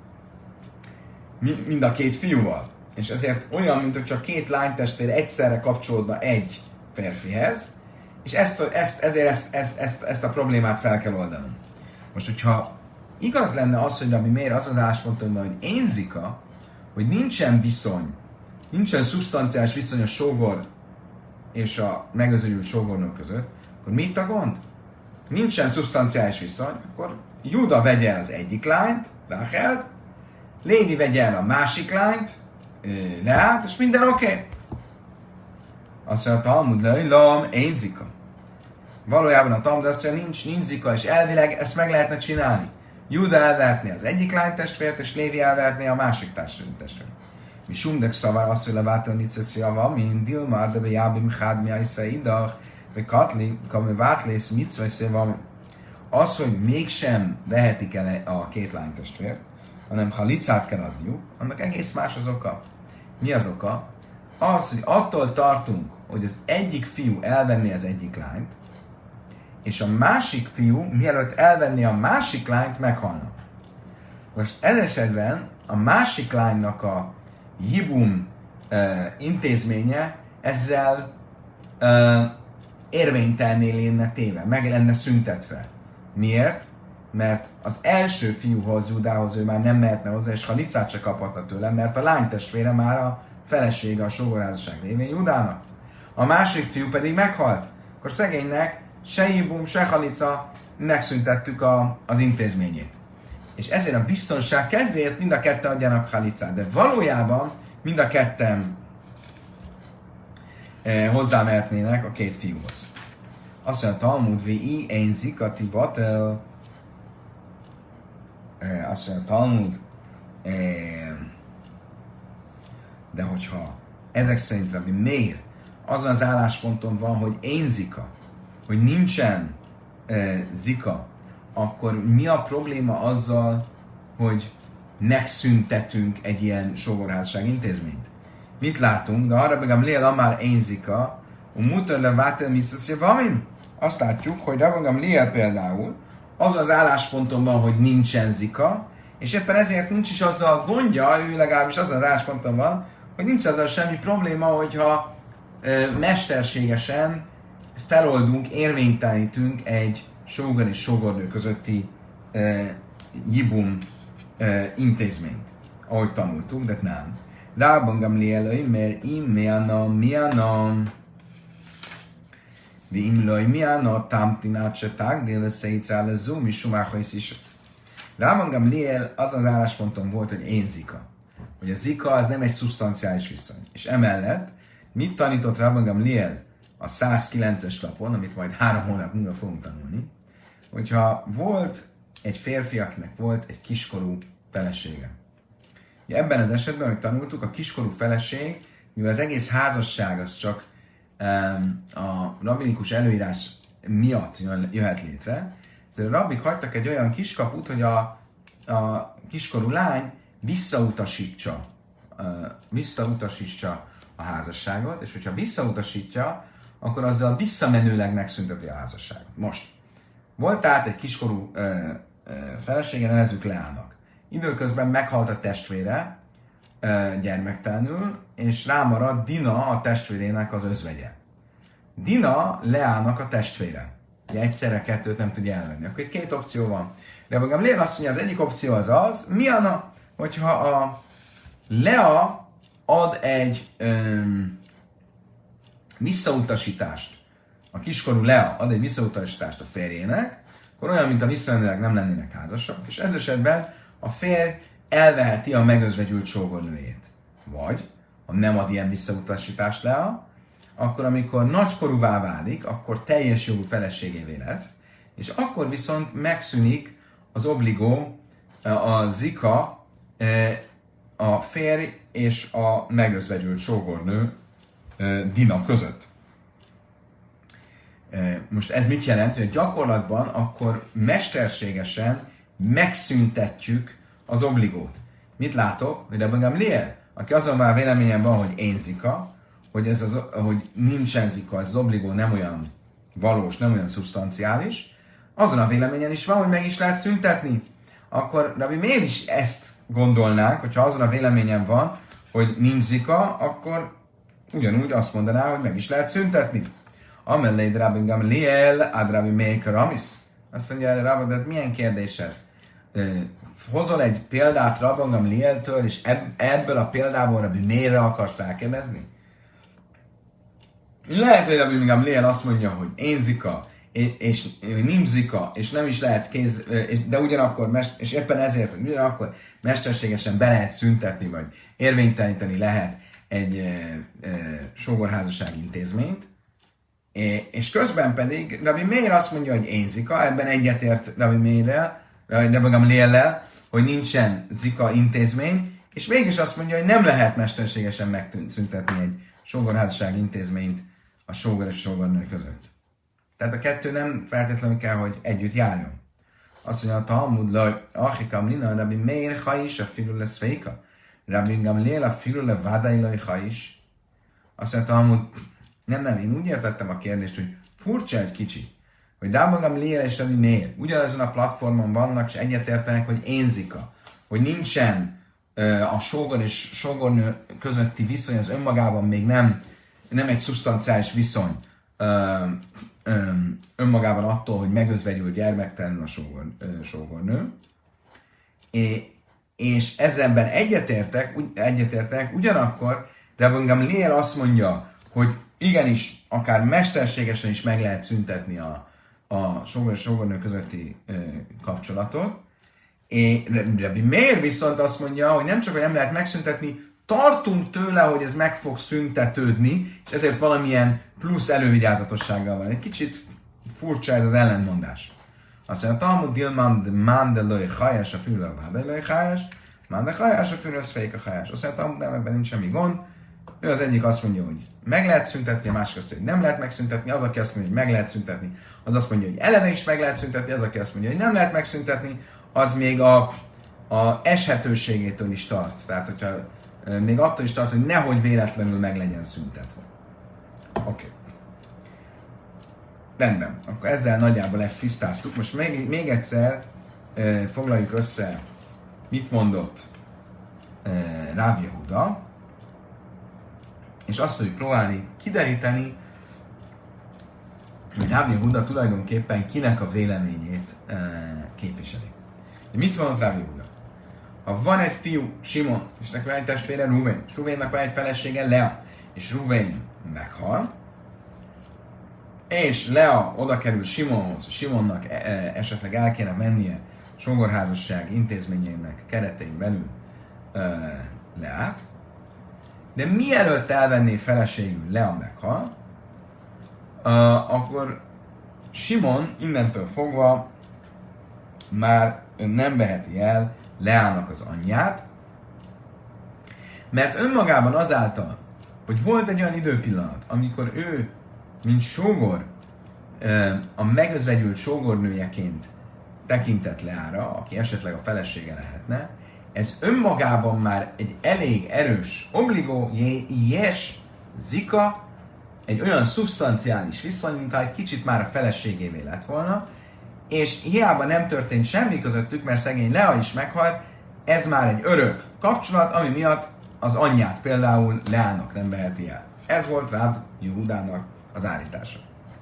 Speaker 1: mind a két fiúval. És ezért olyan, mint hogyha két lánytestvér egyszerre kapcsolódna egy férfihez, és ezt, ezt, ezért ezt, ezt, ezt, ezt a problémát fel kell oldanunk. Most, hogyha igaz lenne az, hogy Rabbi Meir az az állásponton, hogy én zika, hogy nincsen viszony, nincsen szubstanciális viszony a sógor és a megözvegyült sógornő között, akkor mit a gond? Nincsen szubstanciális viszony, akkor Juda vegye el az egyik lányt, Rachelt, Lévi vegye el a másik lányt, Leát, és minden oké. Okay. Azt mondja a Talmud, lejlam, én zika. Valójában a Talmud azt mondja, nincs, nincs zika, és elvileg ezt meg lehetne csinálni. Juda elvehetné az egyik lánytestvért, és Lévi elvehetné a másik testvért. Mi sumdek szavár azt, hogy leváton nicesz java, mint Dilmar, de bejábim chád mi ajsza idach, vagy katli, kami vátlész mitzvah, széval. Az, hogy mégsem vehetik el a két lánytestvért, hanem halicát kell adniuk, annak egész más az oka. Mi az oka? Az, hogy attól tartunk, hogy az egyik fiú elvenné az egyik lányt, és a másik fiú, mielőtt elvenné a másik lányt, meghalna. Most ez esetben a másik lánynak a jibum uh, intézménye ezzel uh, érvénytelné lenne téve, meg lenne szüntetve. Miért? Mert az első fiúhoz, Judához ő már nem mehetne hozzá, és halicát se kaphatna tőle, mert a lánytestvére már a felesége a sógorházasság révén Judának. A másik fiú pedig meghalt. Akkor szegénynek se jibum, se halica, megszüntettük a, az intézményét. És ezért a biztonság kedvéért mind a ketten adjanak halicát. De valójában mind a ketten eh, hozzámehetnének a két fiúhoz. Azt mondja, Talmud vi én zikati batel. Eh, azt mondja, Talmud, eh, de hogyha ezek szerint Rabbi Meir azon az állásponton van, hogy én zika, hogy nincsen eh, zika, akkor mi a probléma azzal, hogy megszüntetünk egy ilyen sógorházasság intézményt? Mit látunk? De arra begam lél amár én zika, mutar le vátel mitzvah vamin. Azt látjuk, hogy Rabbi Lél például az az állásponton van, hogy nincsen zika, és éppen ezért nincs is azzal gondja, ő legalábbis az az állásponton van, hogy nincs azzal semmi probléma, hogyha e, mesterségesen feloldunk, érvénytelenítünk egy sógor és sógornő közötti e, jibum e, intézményt, ahogy tanultuk, de nem. Rabban Gamliel, mert im miana miana Vim loj miana tamtinát se tágdél széjtszál a zúm is sumáhajsz is. Rabban Gamliel az az állásponton volt, hogy én zika. Hogy a zika az nem egy szubstanciális viszony. És emellett mit tanított Rabban Gamliel a százkilences lapon, amit majd három hónap múlva fogunk tanulni, hogyha volt egy férfi, akinek volt egy kiskorú felesége. Ugye ebben az esetben, ahogy tanultuk, a kiskorú feleség, mivel az egész házasság az csak um, a rabbinikus előírás miatt jöhet létre, ezért a rabbik hagytak egy olyan kiskaput, hogy a, a kiskorú lány visszautasítsa, uh, visszautasítsa a házasságot, és hogyha visszautasítja, akkor azzal visszamenőleg megszünteti a házasságot. Most, volt tehát egy kiskorú ö, ö, felesége, nevezzük Leának. Időközben meghalt a testvére, gyermektelenül, és rámarad Dina a testvérének az özvegye. Dina Leának a testvére. Ugye egyszerre kettőt nem tudja elvenni. Akkor itt két opció van. De magam Léa azt mondja, az egyik opció az az, Miana, hogyha a Lea ad egy öm, visszautasítást, a kiskorú Lea ad egy visszautasítást a férjének, akkor olyan, mint a visszamenőleg nem lennének házasak, és ez esetben a férj elveheti a megözvegyült sógornőjét. Vagy, ha nem ad ilyen visszautasítást Lea, akkor amikor nagykorúvá válik, akkor teljes jogú feleségévé lesz, és akkor viszont megszűnik az obligó, a zika, a férj és a megözvegyült sógornő Dina között. Most ez mit jelent, hogy gyakorlatban akkor mesterségesen megszüntetjük az obligót. Mit látok? Hogy Rabbi Gamliel, aki azon már véleményen van, hogy én zika, hogy, ez az, hogy nincsen zika, ez az obligó nem olyan valós, nem olyan szubstanciális, azon a véleményen is van, hogy meg is lehet szüntetni. Akkor Rabbi miért is ezt gondolnánk, hogyha azon a véleményen van, hogy nincs zika, akkor ugyanúgy azt mondaná, hogy meg is lehet szüntetni. Amellé Rabbi Gamliel, ad Rabbi Meir Karamis. Azt mondja erre Rabbi, de milyen kérdés ez? Hozol egy példát Rabbi Gamlieltől, és ebből a példából Rabbi Meirre akarsz rákérdezni? Lehet, hogy Rabbi Gamliel azt mondja, hogy én zika, és, és nincs zika, és nem is lehet kéz, de ugyanakkor, és éppen ezért, hogy ugyanakkor mesterségesen be lehet szüntetni, vagy érvényteleníteni lehet egy e, e, sógorházasság intézményt, é, és közben pedig Rabbi Meir azt mondja, hogy én zika, ebben egyetért Rabbi Meirrel, Rabbi Gamliellel, hogy nincsen zika intézmény, és mégis azt mondja, hogy nem lehet mesterségesen megszüntetni egy sógorházasság intézményt a sógor és sógornő között. Tehát a kettő nem feltétlenül kell, hogy együtt járjon. Azt mondja a Talmud, hogy Achikam Lina, Rabbi Meir Chais, a filu lesz féka. Rabbi Gamliel, a filu le vadailai Chais. Azt mondja a Talmud, nem, nem, én úgy értettem a kérdést, hogy furcsa egy kicsi, hogy Rabbi Gamliel és Rabbi Meir ugyanazon a platformon vannak, és egyetértenek, hogy én zika, hogy nincsen a sógor és sógornő közötti viszony az önmagában még nem, nem egy szubstanciális viszony ö, ö, önmagában attól, hogy megözvegyül gyermektelenül a sógor, ö, sógornő. É, és ezzenben egyetértek, ugy, egyetértek, ugyanakkor Rabbi Gamliel azt mondja, hogy igenis, akár mesterségesen is meg lehet szüntetni a, a sógor és sógornő közötti ö, kapcsolatot. É, Rabbi Meir viszont azt mondja, hogy nem csak, hogy nem lehet megszüntetni, tartunk tőle, hogy ez meg fog szüntetődni, és ezért valamilyen plusz elővigyázatossággal van. Egy kicsit furcsa ez az ellentmondás. Azt mondja, Talmud Dilman Mandeloi Chajas, a fülő Vádai Chajas, Mandel Chajas, a fülő Szféka Chajas. Azt mondja, Talmud, nem, ebben nincs semmi gond. Ő az egyik azt mondja, hogy meg lehet szüntetni, a másik azt mondja, hogy nem lehet megszüntetni, az, aki azt mondja, hogy meg lehet szüntetni, az azt mondja, hogy eleve is meg lehet szüntetni, az, aki azt mondja, hogy nem lehet megszüntetni, az még a, a eshetőségétől is tart. Tehát, hogyha e, még attól is tart, hogy nehogy véletlenül meg legyen szüntetve. Oké. Okay. Rendben. Akkor ezzel nagyjából ezt tisztáztuk. Most még, még egyszer e, foglaljuk össze, mit mondott e, Rav Yehuda, és azt fogjuk próbálni kideríteni, hogy Rav Yehuda tulajdonképpen kinek a véleményét e, képviseli. Mit mondott Rav Yehuda? Ha van egy fiú, Simon, és neki van egy testvére, Ruvén, és Ruvénnak van egy felesége, Lea, és Ruvén meghal, és Lea oda kerül Simonhoz, Simonnak esetleg el kéne mennie sógorházasság intézményének keretein belül e, Leát, de mielőtt elvenné feleségül Lea meghal, uh, akkor Simon innentől fogva már nem veheti el Leának az anyját, mert önmagában azáltal, hogy volt egy olyan időpillanat, amikor ő, mint sógor, a megözvegyült sógornőjeként tekintett Leára, aki esetleg a felesége lehetne, ez önmagában már egy elég erős obligó, jes, zika, egy olyan szubstanciális viszony, mintha egy kicsit már a feleségévé lett volna, és hiába nem történt semmi közöttük, mert szegény Lea is meghalt, ez már egy örök kapcsolat, ami miatt az anyját például Leának nem veheti el. Ez volt Ráv Jehudának az állítása.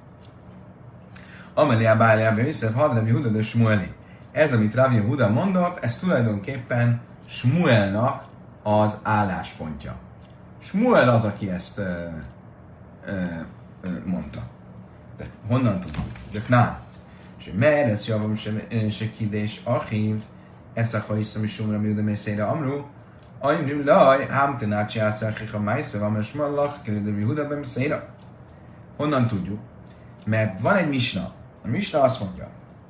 Speaker 1: Amelia Báliában vissza, Hadrem Jehuda de Smueli. Ez, amit Ráv Jehuda mondott, ez tulajdonképpen Smuelnak az álláspontja. Smuel az, aki ezt ö, ö, ö, mondta. De honnan tudjuk? De nem. És mert ez javam se kidés archív, ezt a hajszom is sumra miúda mészére amrú, ajmrim laj, hámtenácsi ászárkik a májsze, van mert smallach, kerülő Jehuda bemészére. Honnan tudjuk? Mert van egy misna. A misna azt mondja,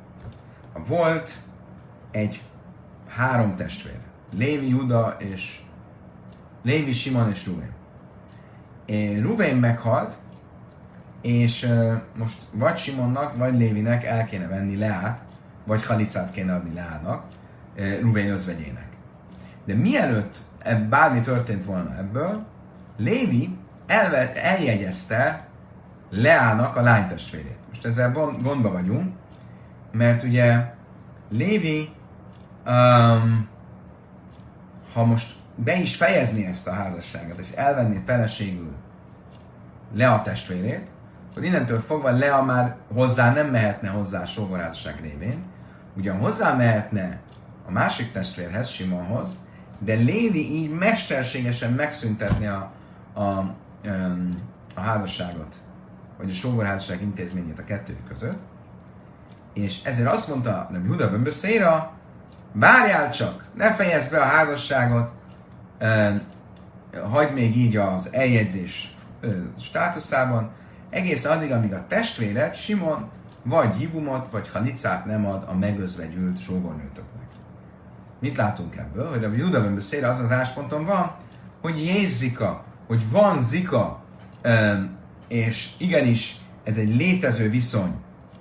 Speaker 1: volt egy három testvér, Lévi, Juda és Lévi, Simon és Ruvén. Ruvén meghalt, és uh, most vagy Simonnak, vagy Lévinek el kéne venni Leát, vagy Halicát kéne adni Leának, uh, Ruvén özvegyének. De mielőtt bármi történt volna ebből, Lévi elve, eljegyezte Leának a lánytestvérét. Most ezzel gondba vagyunk, mert ugye Lévi, um, ha most be is fejezni ezt a házasságot, és elvenni feleségül Lea testvérét, akkor innentől fogva Lea már hozzá nem mehetne hozzá a sógorházasság révén, ugyan hozzá mehetne a másik testvérhez, Simonhoz, de Lévi így mesterségesen megszüntetni a, a, a, a házasságot, vagy a sógorházasság intézményét a kettőjük között, és ezért azt mondta Rabbi Jehuda ben Beszerra, várjál csak, ne fejezd be a házasságot, uh, hagyd még így az eljegyzés uh, státuszában, egészen addig, amíg a testvéred, Simon, vagy Jibumot, vagy Halicát nem ad a megözvegyült sógornőtöknek. Mit látunk ebből? Hogy Rabbi Jehuda ben Beszerra azon az ásponton van, hogy jézzika, hogy van zika, uh, és igenis ez egy létező viszony,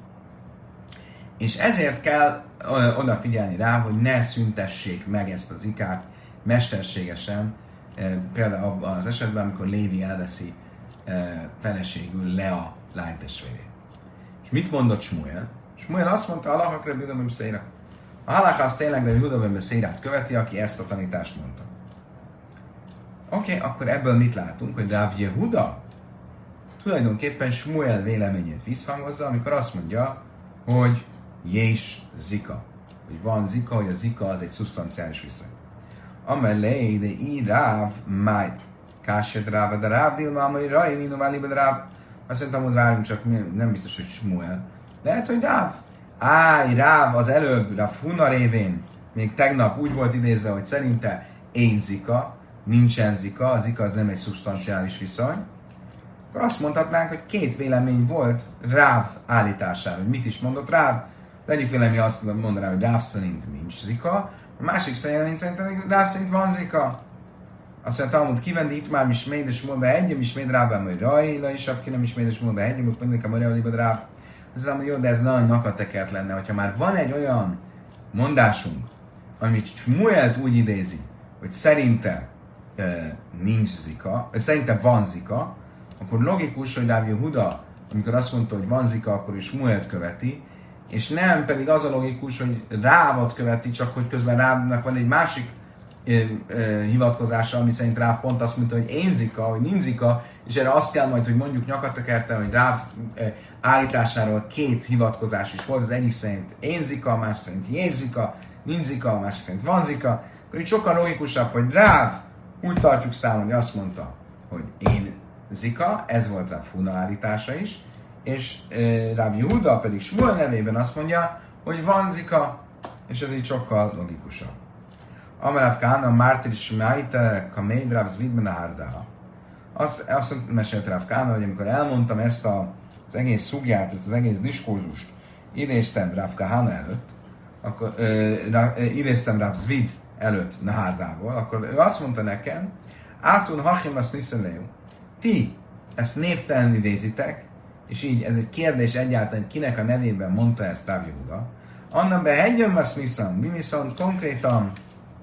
Speaker 1: és ezért kell odafigyelni rá, hogy ne szüntessék meg ezt a zikát mesterségesen, például abban az esetben, amikor Lévi elveszi feleségül Lea lánytestvérét. És mit mondott Smuel? Smuel azt mondta, Alahak Rabbi Jehuda ben Beszerra. A halacha az tényleg Rabbi Jehuda ben Beszerrát követi, aki ezt a tanítást mondta. Oké, okay, akkor ebből mit látunk? Hogy Rav Jehuda tulajdonképpen Smuel véleményét visszhangozza, amikor azt mondja, hogy jés zika. Hogy van zika, hogy a zika az egy szubstanciális viszony. Amelé, de í ráv, máj, kásed ráv, de ráv, dilmám, hogy raj, nino válibe, de ráv. Azt mondtam, hogy várjunk, csak nem biztos, hogy Smuel. Lehet, hogy ráv. Áj, ráv az előbb, ráv Huna révén, még tegnap úgy volt idézve, hogy szerinte én zika, nincsen zika, a zika az nem egy szubstanciális viszony. Akkor azt mondhatnánk, hogy két vélemény volt Ráv állítására, hogy mit is mondott Ráv. Az egyik vélemény azt mondaná, hogy Ráv szerint nincs zika, a másik vélemény szerint, hogy Ráv szerint van zika. Azt mondja, Talmud kivendi itt már misméd, és mondva egyem, misméd Rávben, hogy raj, la is ki nem misméd, és mondva egyem, hogy mindig a marjavaliba Ráv. Azt mondom, hogy jó, de ez nagyon nakatekert lenne, hogyha már van egy olyan mondásunk, amit Smuelt úgy idézi, hogy szerinte e, nincs zika, vagy szerinte van zika, akkor logikus, hogy Rav Jehuda, amikor azt mondta, hogy van zika, akkor is Smuelt követi, és nem pedig az a logikus, hogy Rávot követi, csak hogy közben Rávnak van egy másik e, e, hivatkozása, ami szerint Ráv pont azt mondta, hogy én zika, hogy nincs zika, és erre azt kell majd, hogy mondjuk nyakatekerte, hogy Ráv e, állításáról két hivatkozás is volt, az egyik szerint én zika, a másik szerint jés zika, nincs zika, a másik szerint van zika, akkor itt sokkal logikusabb, hogy Ráv úgy tartjuk számon, hogy azt mondta, hogy én zika, ez volt Ráv Huna állítása is, és e, Ráv Jehuda pedig Smuel nevében azt mondja, hogy van zika, és ez így sokkal logikusabb. Amarav Kána, Mártir Smájte, Kaméd, Ráv Zvidben a Hárdáha. Azt, azt mesélt Ráv Kána, hogy amikor elmondtam ezt a, az egész szugját, ezt az egész diskurzust, idéztem Ráv Kána előtt, akkor ö, rá, ö, idéztem Ráv Zvid előtt Nahárdából, akkor ő azt mondta nekem, Átun Hachim azt Niszaléu, ti ezt névtelen idézitek, és így ez egy kérdés egyáltalán, kinek a nevében mondta ezt Rav Jehuda. Annan be hegyön azt Niszan, mi viszont konkrétan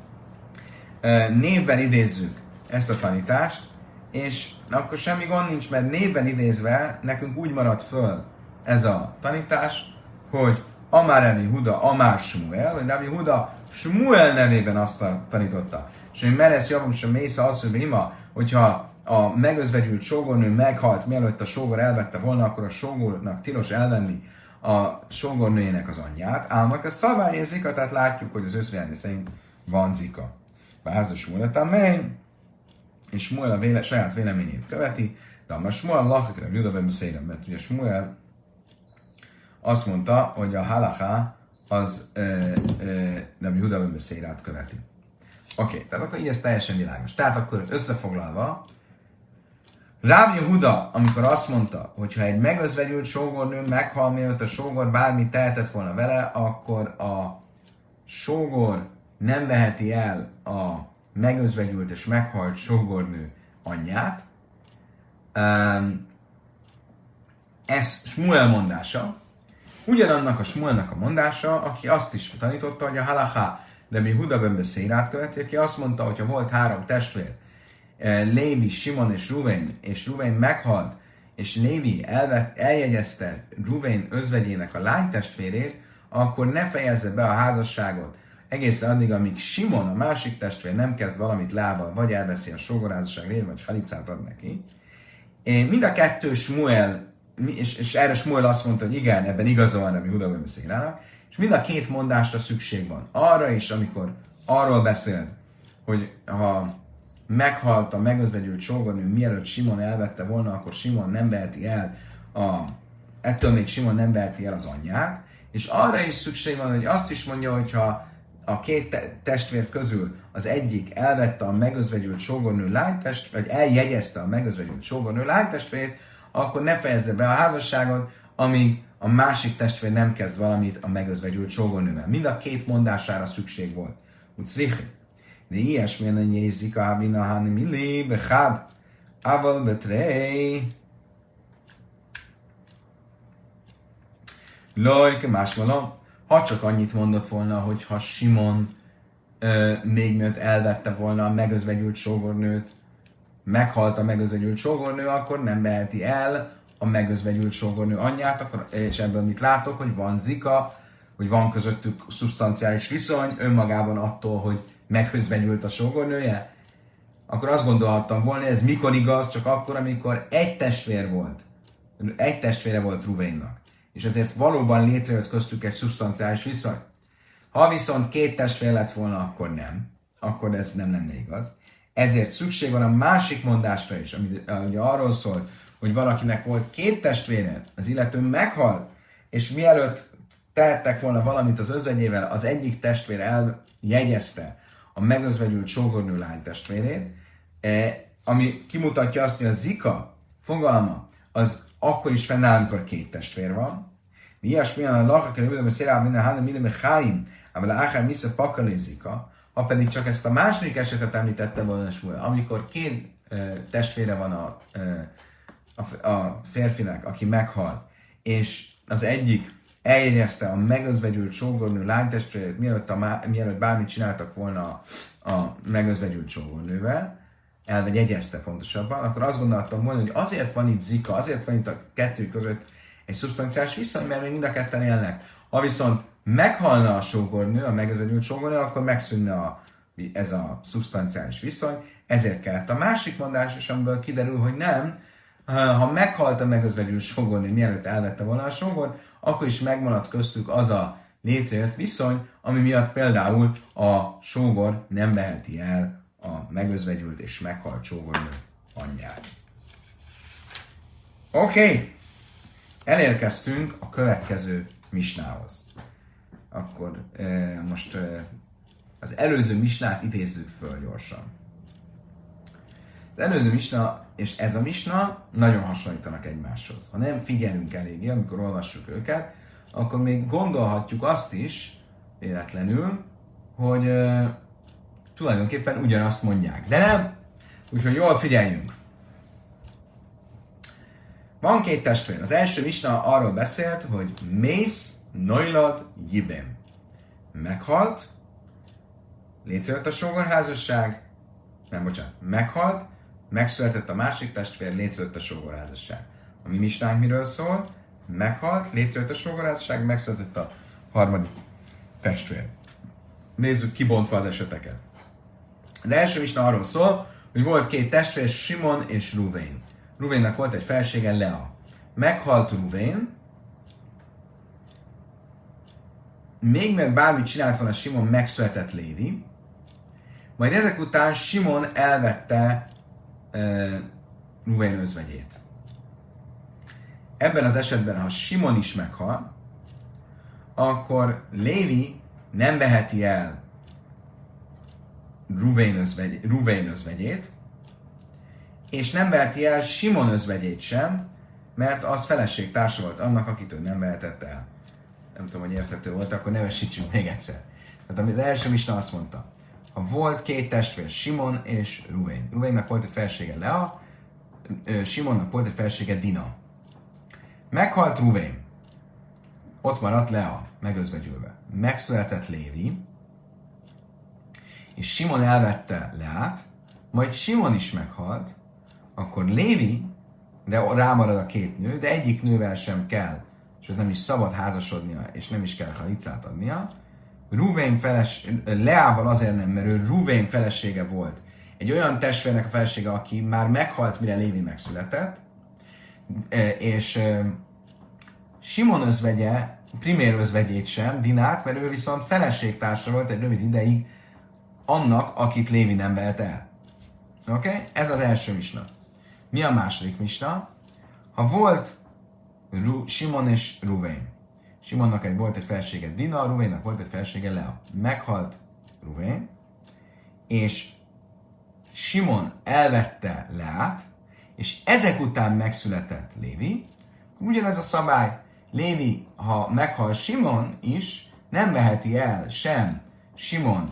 Speaker 1: uh, névben idézzük ezt a tanítást, és akkor semmi gond nincs, mert névben idézve nekünk úgy marad föl ez a tanítás, hogy Amár Rav Jehuda, Amár Smuel, hogy Rav Jehuda Smuel nevében azt tanította. És hogy Meresz javom sem Mésza azt, hogy ima, hogyha a megözvegyült sógornő meghalt, mielőtt a sógor elvette volna, akkor a sógornak tilos elvenni a sógornőjének az anyját. Álmak a szabály zika, tehát látjuk, hogy az összvélemény szerint van zika. Váz a Smuel a mely, és Smuel a véle, saját véleményét követi, de a Smuel lachakra Judabben beszélem, mert ugye Smuel azt mondta, hogy a halaká az nem Judabben beszélát követi. Oké, okay, tehát akkor így ez teljesen világos. Tehát akkor összefoglalva, Ráv Yehuda, amikor azt mondta, hogy ha egy megözvegyült sógornő meghal, mielőtt a sógor bármit tehetett volna vele, akkor a sógor nem veheti el a megözvegyült és meghalt sógornő anyját. Ez Smuel mondása. Ugyanannak a Smuelnak a mondása, aki azt is tanította, hogy a halaká Rabbi Yehuda ben Beszérát követi, aki azt mondta, hogy ha volt három testvér, Lévi, Simon és Ruvén, és Ruvén meghalt, és Lévi elvett, eljegyezte Ruvén özvegyének a lánytestvérét, akkor ne fejezze be a házasságot egészen addig, amíg Simon, a másik testvér nem kezd valamit lábbal, vagy elveszi a sógorházasság révén, vagy halicát ad neki. Mind a kettő Smuel, és, és erre Smuel azt mondta, hogy igen, ebben igaza van, ami Huda ben Beszérának, és mind a két mondásra szükség van. Arra is, amikor arról beszélt, hogy ha meghalt a megözvegyült sógornő, mielőtt Simon elvette volna, akkor Simon nem veheti el a, ettől még Simon nem veheti el az anyját, és arra is szükség van, hogy azt is mondja, hogyha a két te- testvér közül az egyik elvette a megözvegyült sógornő lánytest, vagy eljegyezte a megözvegyült sógornő lánytestvérét, akkor ne fejezze be a házasságot, amíg a másik testvér nem kezd valamit a megözvegyült sógornővel. Mind a két mondására szükség volt. Ucrichi. De ilyesmilyen a nyézik a habina hani mili, bechad, aval betrei. Lojke, másvaló. Ha csak annyit mondott volna, hogy ha Simon ö, még mielőtt elvette volna a megözvegyült sógornőt, meghalt a megözvegyült sógornő, akkor nem veheti el a megözvegyült sógornő anyját, akkor, és ebből mit látok, hogy van zika, hogy van közöttük szubstanciális viszony, önmagában attól, hogy megözvegyült a sógornője, akkor azt gondolhattam volna, ez mikor igaz, csak akkor, amikor egy testvér volt, egy testvére volt Ruvénnak, és ezért valóban létrejött köztük egy szubstanciális viszony. Ha viszont két testvér lett volna, akkor nem, akkor ez nem lenne igaz. Ezért szükség van a másik mondásra is, ami ugye arról szól, hogy valakinek volt két testvére, az illető meghalt, és mielőtt tehettek volna valamit az özvegyével, az egyik testvér eljegyezte a megözvegyült sógornő lány testvérét, ami kimutatja azt, hogy a zika fogalma az akkor is fennáll, amikor két testvér van. Mi ilyesmilyen a lachakra ülőben szélál minden hanem minden háim, amivel áhár misza pakalé zika, ha pedig csak ezt a második esetet említette volna Smuel, amikor két uh, testvére van a, uh, a, a férfinek, aki meghalt, és az egyik eljegyezte a megözvegyült sógornő lánytestvérét, mielőtt, a, mielőtt bármit csináltak volna a, a megözvegyült sógornővel, elvegy jegyezte pontosabban, akkor azt gondoltam volna, hogy azért van itt zika, azért van itt a kettő között egy szubstanciális viszony, mert még mind a ketten élnek. Ha viszont meghalna a sógornő, a megözvegyült sógornő, akkor megszűnne a, ez a szubstanciális viszony, ezért kellett a másik mondás, és amiből kiderül, hogy nem, ha meghalt a megözvegyült sógornő, mielőtt elvette volna a sógor, akkor is megmaradt köztük az a létrejött viszony, ami miatt például a sógor nem veheti el a megözvegyült és meghalt sógornő anyját. Oké, okay. Elérkeztünk a következő misnához. Akkor e, most e, az előző misnát idézzük föl gyorsan. Az előző misna és ez a misna nagyon hasonlítanak egymáshoz. Ha nem figyelünk eléggé, amikor olvassuk őket, akkor még gondolhatjuk azt is, véletlenül, hogy e, tulajdonképpen ugyanazt mondják. De nem, úgyhogy jól figyeljünk. Van két testvér. Az első misna arról beszélt, hogy Mész Noilad Jibem. Meghalt, létrejött a sógorházasság, nem, bocsánat, meghalt, megszületett a másik testvér, létrejött a sógorházasság. A mi misnánk miről szól? Meghalt, létrejött a sógorházasság, megszületett a harmadik testvér. nézzük kibontva az eseteket. Az első misna arról szól, hogy volt két testvér, Simon és Ruvén. Ruvénnak volt egy felsége, Lea. Meghalt Ruvén, még meg bármit csinált volna Simon, megszületett Lévi, majd ezek után Simon elvette uh, Ruvén özvegyét. Ebben az esetben, ha Simon is meghal, akkor Lévi nem veheti el Ruvén, özvegy, Ruvén özvegyét, és nem veheti el Simon özvegyét sem, mert az feleségtársa volt annak, akit ő nem vehetett el. Nem tudom, hogy érthető volt, akkor nevesítsünk még egyszer. Tehát az első misna azt mondta, ha volt két testvér, Simon és Ruvén. Ruvénnak volt egy felsége, Lea, Simonnak volt egy felsége, Dina. Meghalt Ruvén, ott maradt Lea, megözvegyülve. Megszületett Lévi, és Simon elvette Leát, majd Simon is meghalt, akkor Lévi rámarad a két nő, de egyik nővel sem kell, sőt nem is szabad házasodnia, és nem is kell halicát adnia. Ruvén feles, Leával azért nem, mert ő Ruvén felesége volt. Egy olyan testvérnek a felesége, aki már meghalt, mire Lévi megszületett, és Simon özvegye, primér özvegyét sem, Dinát, mert ő viszont feleségtársa volt egy rövid ideig annak, akit Lévi nem vehet el. Oké? Okay? Ez az első misna. Mi a második misna? Ha volt Ru- Simon és Ruvén. Simonnak egy volt egy felsége Dina, Ruvénnak volt egy felsége Lea. Meghalt Ruvén, és Simon elvette Leát, és ezek után megszületett Lévi, ugyanez a szabály. Lévi, ha meghal Simon is, nem veheti el sem Simon,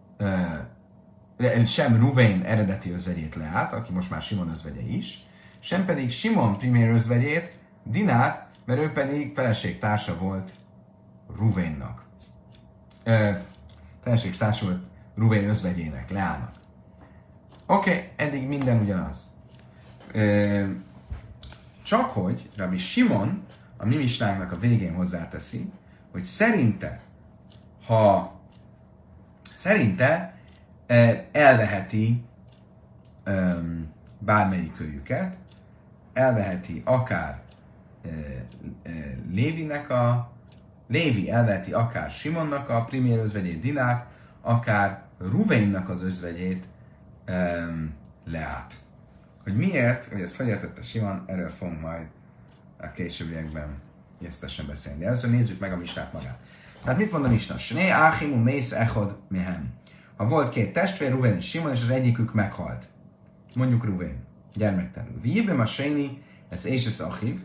Speaker 1: uh, sem Ruvén eredeti özvegyét Leát, aki most már Simon özvegye is, sem pedig Simon primér özvegyét, Dinát, mert ő pedig feleségtársa volt Ruvénnak. Uh, feleségtársa volt Ruvén özvegyének, Leának. Oké, okay, eddig minden ugyanaz. Uh, csak hogy Rabbi Simon a mi misnánknak a végén hozzáteszi, hogy szerinte, ha szerinte elveheti um, bármelyik őjüket, elveheti akár uh, uh, Lévinek a, Lévi elveheti akár Simonnak a primér özvegyét Dinát, akár Ruvénnak az özvegyét um, Leát. Hogy miért, hogy ezt hogy értette Simon, erről fogunk majd a későbbiekben részletesen beszélni. De először nézzük meg a misnát magát. Tehát mit mond a misna? Sné áchimu mész echod mehem. Ha volt két testvér, Ruvén és Simon, és az egyikük meghalt. Mondjuk Ruvén, gyermektelenül. Vívem a séni, ez és ez achiv.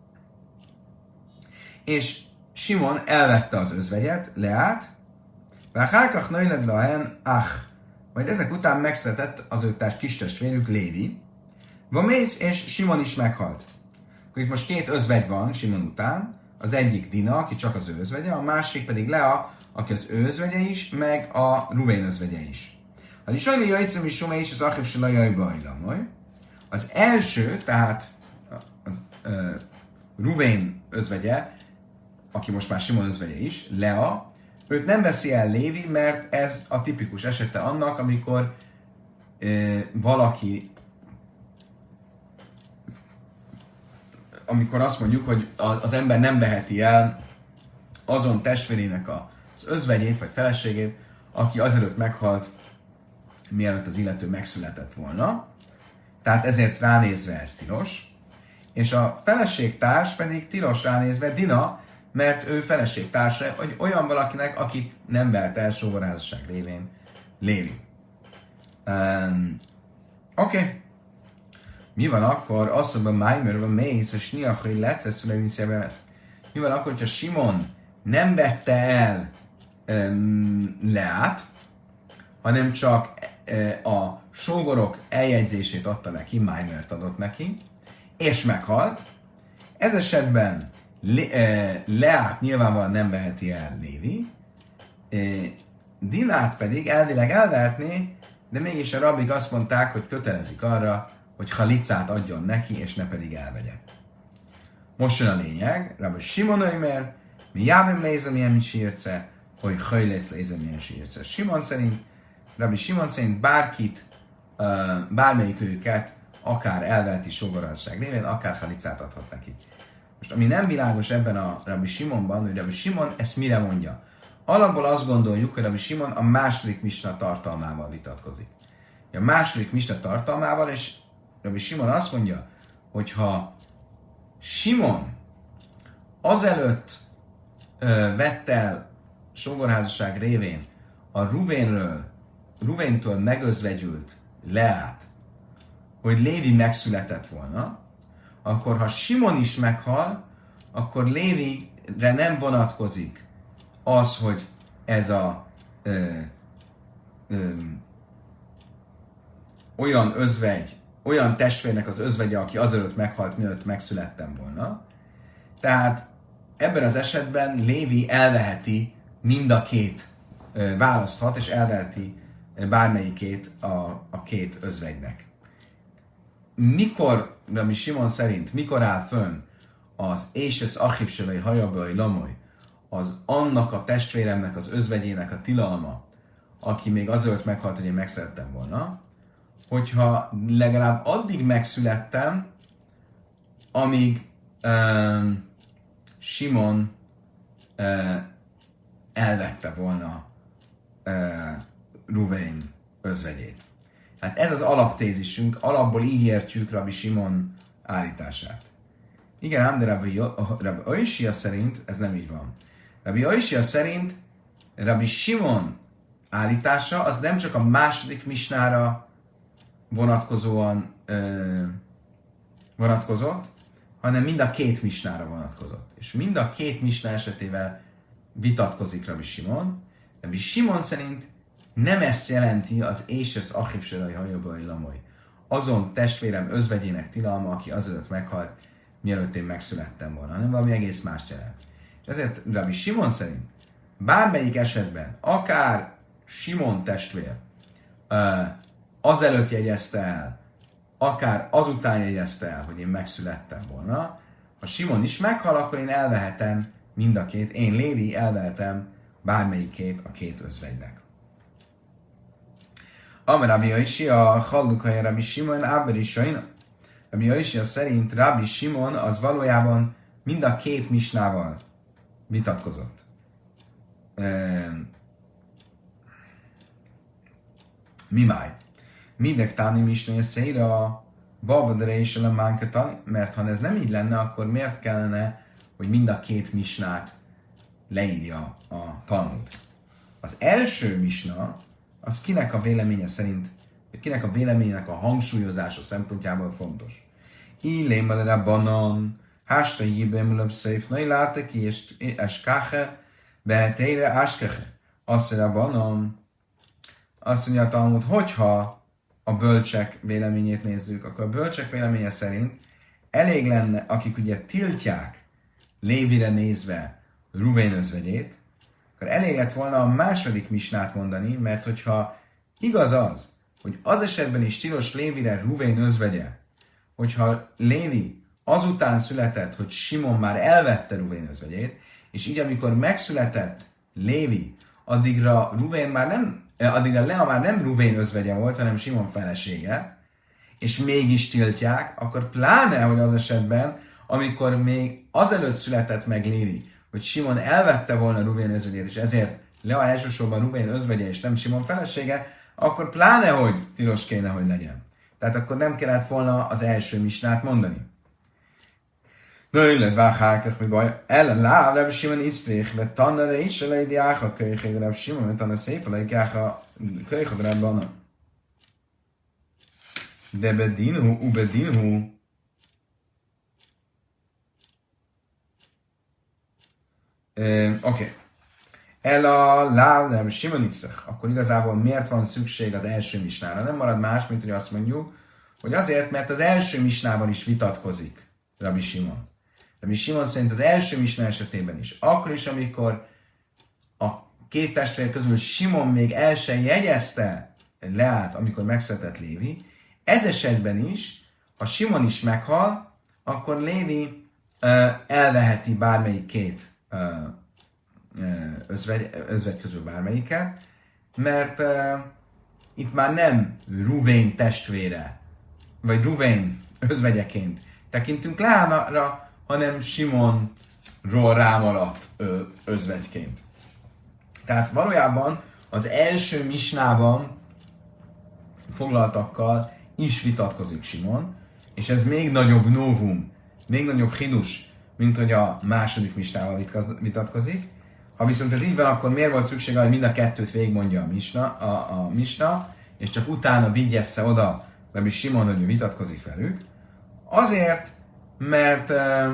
Speaker 1: És Simon elvette az özvegyet, Leát, Váhárkach nőled lahen ach. Majd ezek után megszületett az ő társ kis testvérük, Lévi. Vamész és Simon is meghalt. Akkor itt most két özvegy van Simon után, az egyik Dina, aki csak az ő özvegye, a másik pedig Lea, aki az ő özvegye is, meg a Ruvén özvegye is. Ha is olyan jajcem is sumé is az achiv se lajajba ajlamoly. Az első, tehát az, uh, Ruvén özvegye, aki most már Simon özvegye is, Lea, őt nem veszi el Lévi, mert ez a tipikus esete annak, amikor uh, valaki amikor azt mondjuk, hogy az ember nem veheti el azon testvérének az özvegyét vagy feleségét, aki azelőtt meghalt, mielőtt az illető megszületett volna. Tehát ezért ránézve ez tilos. És a feleségtárs pedig tilos ránézve Dina, mert ő feleségtársa, vagy olyan valakinek, akit nem vert el sógorházasság révén Lévi. Um, Oké. Okay. Mi van akkor? Azt mondom, májmörben mész, és niachai lecesz, mi van akkor, hogyha Simon nem vette el um, Leát, hanem csak uh, a sógorok eljegyzését adta neki, májmört adott neki, és meghalt. Ez esetben Le, uh, Leát nyilvánvalóan nem veheti el Lévi, uh, Dinát pedig elvileg elvehetné, de mégis a rabbik azt mondták, hogy kötelezik arra, hogy halicát adjon neki, és ne pedig elvegye. Most jön a lényeg, Rabbi Simon öjmer, mi jávim lézem ilyen sírce, hogy hajléc lézemilyen sírce. Simon szerint, Rabbi Simon szerint bárkit, bármelyik őket, akár elveheti sógorházasság révén, akár halicát adhat neki. Most ami nem világos ebben a Rabbi Simonban, hogy Rabbi Simon ezt mire mondja. Alapból azt gondoljuk, hogy Rabbi Simon a második misna tartalmával vitatkozik. A második misna tartalmával, és Rabbi Simon azt mondja, hogy ha Simon azelőtt ö, vett el sógorházasság révén a Ruvénről, Ruvéntől megözvegyült Leát, hogy Lévi megszületett volna, akkor ha Simon is meghal, akkor Lévire nem vonatkozik az, hogy ez a ö, ö, olyan özvegy, olyan testvérnek az özvegye, aki azelőtt meghalt, mielőtt megszülettem volna. Tehát ebben az esetben Lévi elveheti mind a két, ö, választhat, és elveheti bármelyikét a, a két özvegynek. Mikor, Rabbi Simon szerint, mikor áll fönn az Ésesz Achivselai Hajabai Lamoly, az annak a testvéremnek, az özvegyének a tilalma, aki még azért meghalt, hogy én megszülettem volna, hogyha legalább addig megszülettem, amíg um, Simon uh, elvette volna uh, Ruvén özvegyét. Hát ez az alaptézisünk, alapból így értjük Rabbi Simon állítását. Igen, ám de Rabbi, Rabbi Oishia szerint ez nem így van. Rabbi Oishia szerint Rabbi Simon állítása az nem csak a második misnára vonatkozóan ö, vonatkozott, hanem mind a két misnára vonatkozott. És mind a két misná esetével vitatkozik Rabbi Simon. Rabbi Simon szerint nem ezt jelenti az Ésesz Achivselai Hajabai Lamoly. Azon testvérem özvegyének tilalma, aki azelőtt meghalt, mielőtt én megszülettem volna, hanem valami egész mást jelent. És ezért Rabbi Simon szerint bármelyik esetben, akár Simon testvér azelőtt jegyezte el, akár azután jegyezte el, hogy én megszülettem volna, ha Simon is meghal, akkor én elvehetem mind a két, én Lévi elvehetem bármelyikét a két özvegynek. Amar Rabbi Yoshia, Hallukai Rabbi Simon, Áberi Sajna. Rabbi Yoshia szerint Rabbi Simon az valójában mind a két misnával vitatkozott. Ehm, mi máj? Mindek táni misnél széra babadere és a mánkatani, mert ha ez nem így lenne, akkor miért kellene, hogy mind a két misnát leírja a Talmud? Az első misna, az kinek a véleménye szerint, kinek a véleményének a hangsúlyozása szempontjából fontos. Illémel banan, hásta jibemülöbb széf, nai látek és eskáhe, behetére áskehe. Azt mondja banan, azt mondja a Talmud, hogyha a bölcsek véleményét nézzük, akkor a bölcsek véleménye szerint elég lenne, akik ugye tiltják Lévire nézve Ruvén özvegyét, akkor elég lett volna a második misnát mondani, mert hogyha igaz az, hogy az esetben is tilos Lévire Ruvén özvegye, hogyha Lévi azután született, hogy Simon már elvette Ruvén özvegyét, és így amikor megszületett Lévi, addigra Ruvén már nem, addigra Lea már nem Ruvén özvegye volt, hanem Simon felesége, és mégis tiltják, akkor pláne, hogy az esetben, amikor még azelőtt született meg Lévi, hogy Simon elvette volna Ruvén özvegyét, és ezért Lea elsősorban Ruvén özvegye, és nem Simon felesége, akkor pláne, hogy tilos kéne, hogy legyen. Tehát akkor nem kellett volna az első misnát mondani. Na, illetve vághákak, mi baj? Ellen lá, Reb Simon isztrich, ve tanere is, a leidi áha kölyhég, Reb Simon, ve tanere szép, a leidi áha kölyhég, Reb Anna. De bedinhu, u bedinhu. Oké. Okay. El a lá, Reb Simon isztrich. Akkor igazából miért van szükség az első misnára? Nem marad más, mint hogy azt mondjuk, hogy azért, mert az első misnával is vitatkozik Rabbi Simon. Rabbi Simon szerint az első misna esetében is. Akkor is, amikor a két testvér közül Simon még el sem jegyezte Leát, amikor megszületett Lévi, ez esetben is, ha Simon is meghal, akkor Lévi uh, elveheti bármelyik két uh, özvegy, özvegy közül bármelyiket, mert uh, itt már nem Ruvén testvére, vagy Ruvén özvegyeként tekintünk Leára, hanem Simonról rámaradt özvegyként. Tehát valójában az első misnában foglaltakkal is vitatkozik Simon, és ez még nagyobb novum, még nagyobb hidus, mint hogy a második misnával vitatkozik. Ha viszont ez így van, akkor miért volt szüksége, hogy mind a kettőt végigmondja a misna, a, a misna, és csak utána vigyessze oda Rabbi Simon, hogy ő vitatkozik velük? Azért, mert uh,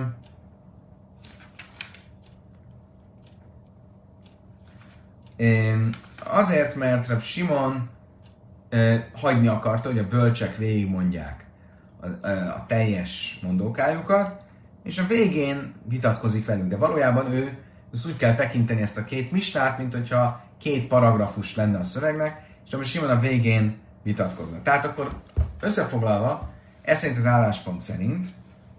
Speaker 1: azért, mert Rabbi Simon uh, hagyni akarta, hogy a bölcsek végigmondják a, a, a teljes mondókájukat, és a végén vitatkozik velük. De valójában ő ezt úgy kell tekinteni ezt a két misnát, mint hogyha két paragrafus lenne a szövegnek, és Rabbi Simon a végén vitatkozna. Tehát akkor összefoglalva, ez szerint az álláspont szerint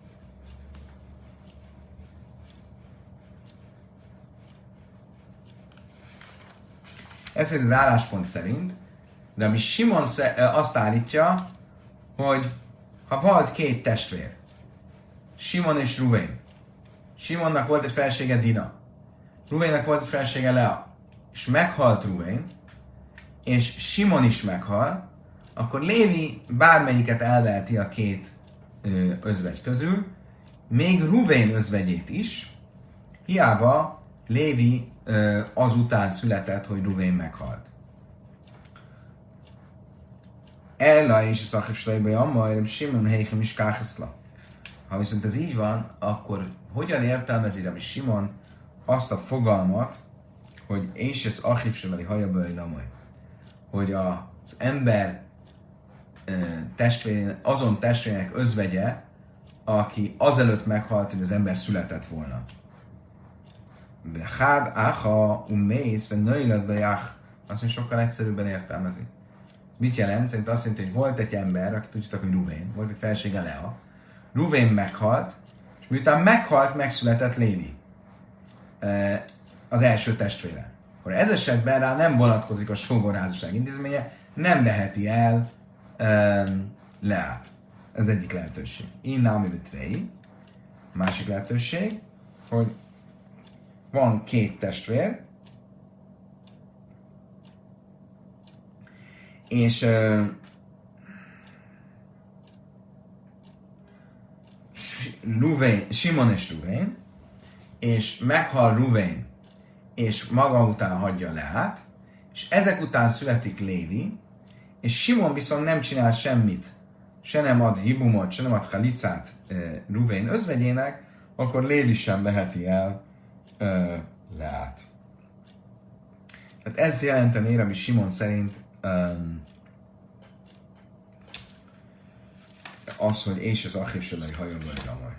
Speaker 1: ez szerint az álláspont szerint, de ami Simon azt állítja, hogy ha volt két testvér, Simon és Ruvén, Simonnak volt egy felsége Dina, Ruvénnek volt egy felsége Lea, és meghalt Ruvén, és Simon is meghal, akkor Lévi bármelyiket elveheti a két ö, özvegy közül, még Ruvén özvegyét is, hiába Lévi ö, azután született, hogy Ruvén meghalt. Ella és Szachif Slejbe Jamma, Simon Heichem is Káheszla. Ha viszont ez így van, akkor hogyan értelmezi Rabbi Simon azt a fogalmat, hogy és ez Achif Semeli Hajaböly Lamaj, hogy az ember testvérén, azon testvérének özvegye, aki azelőtt meghalt, hogy az ember született volna. Hád áha umész, vagy nőilad dajach, azt mondja, sokkal egyszerűbben értelmezi. Mit jelent? Szerint azt jelenti, hogy volt egy ember, akit tudjátok, hogy Ruvén, volt egy felsége Lea. Ruvén meghalt, és miután meghalt, megszületett Lévi, az első testvére. Akkor ez esetben rá nem vonatkozik a sógorházasság intézménye, nem veheti el um, Leát. Ez egyik lehetőség. Innámi bitrei. Másik lehetőség, hogy van két testvér, és uh, Ruvén, Simon és Ruvén, és meghal Ruvén, és maga után hagyja Leát, és ezek után születik Lévi, és Simon viszont nem csinál semmit, se nem ad hibumot, se nem ad halicát e, Ruvén özvegyének, akkor Lévi sem veheti el e, Leát. Tehát ez jelenteni, ami Simon szerint um, az, hogy és az Achif Semeli Hajaböly Lamaj.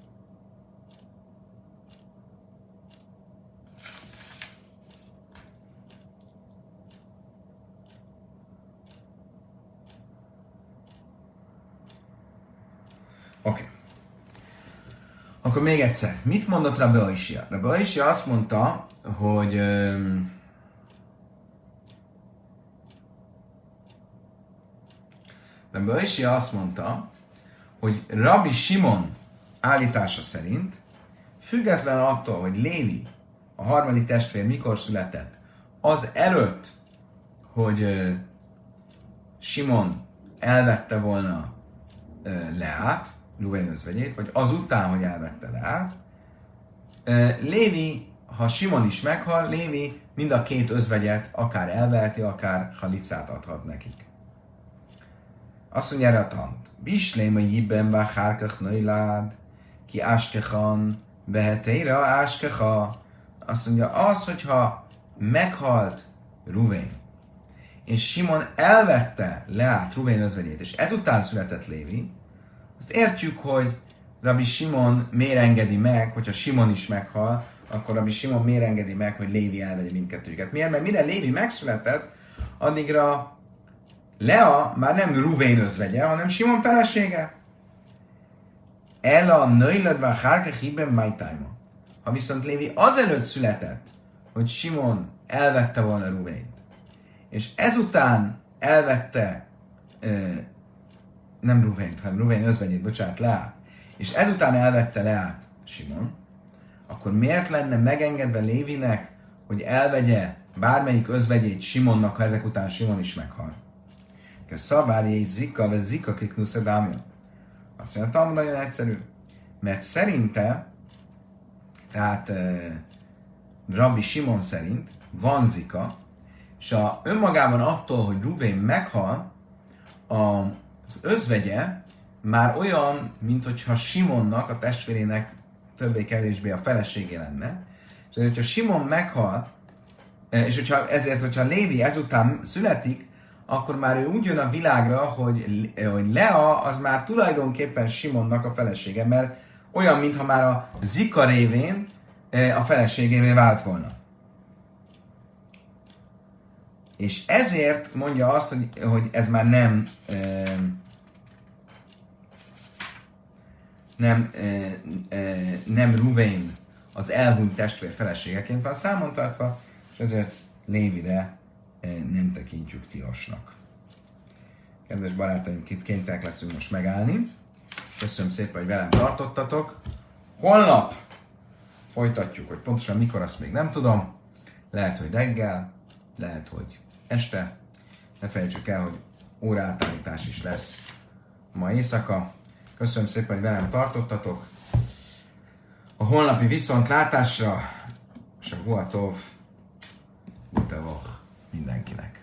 Speaker 1: Oké. Okay. Akkor még egyszer. Mit mondott Rabbi Oishia? Rabbi Oishia azt mondta, hogy um, Rabbi Oishia azt mondta, hogy Rabbi Simon állítása szerint, független attól, hogy Lévi, a harmadik testvér mikor született, az előtt, hogy uh, Simon elvette volna uh, Leát, Ruvén özvegyét, vagy azután, hogy elvette Leát, uh, Lévi, ha Simon is meghal, Lévi mind a két özvegyet akár elveheti, akár halicát adhat nekik. Azt mondja erre a Talmud. Bislém a jibben váhárkach nőilád, ki áskechan, beheteire a áskecha. Azt mondja, az, hogyha meghalt Ruvén, és Simon elvette Leát, Ruvén özvegyét, és ezután született Lévi, azt értjük, hogy Rabbi Simon miért engedi meg, hogyha Simon is meghal, akkor Rabbi Simon miért engedi meg, hogy Lévi elvegye mindkettőjüket. Miért? Mert mire Lévi megszületett, addigra Lea már nem Ruvén özvegye, hanem Simon felesége. Ela nőiladva hárke hibben májtájma. Ha viszont Lévi azelőtt született, hogy Simon elvette volna Ruvént, és ezután elvette nem Ruvént, hanem Ruvén özvegyét, bocsánat, Leát, és ezután elvette Leát Simon, akkor miért lenne megengedve Lévinek, hogy elvegye bármelyik özvegyét Simonnak, ha ezek után Simon is meghal? Szabárja és Zika, vagy Zika kiknusz a dámja. Azt mondja, Talmud nagyon egyszerű, mert szerinte, tehát eh, Rabbi Simon szerint van Zika, és a, önmagában attól, hogy Ruvén meghal, a, az özvegye már olyan, mint hogyha Simonnak, a testvérének többé-kevésbé a feleségé lenne. És hogyha Simon meghal, és hogyha, ezért, hogyha Lévi ezután születik, akkor már ő úgy jön a világra, hogy, hogy Lea az már tulajdonképpen Simonnak a felesége, mert olyan, mintha már a Zika révén a feleségévé vált volna. És ezért mondja azt, hogy, hogy ez már nem nem, nem Ruvén az elhunyt testvér feleségeként van számon tartva, és ezért Lévire nem tekintjük tilosnak. Kedves barátaim, itt kénytelenek leszünk most megállni. Köszönöm szépen, hogy velem tartottatok. Holnap folytatjuk, hogy pontosan mikor, azt még nem tudom. Lehet, hogy reggel, lehet, hogy este. Ne felejtsük el, hogy óraátállítás is lesz ma éjszaka. Köszönöm szépen, hogy velem tartottatok. A holnapi viszontlátásra, és a Vuatov Utavoch mindenkinek.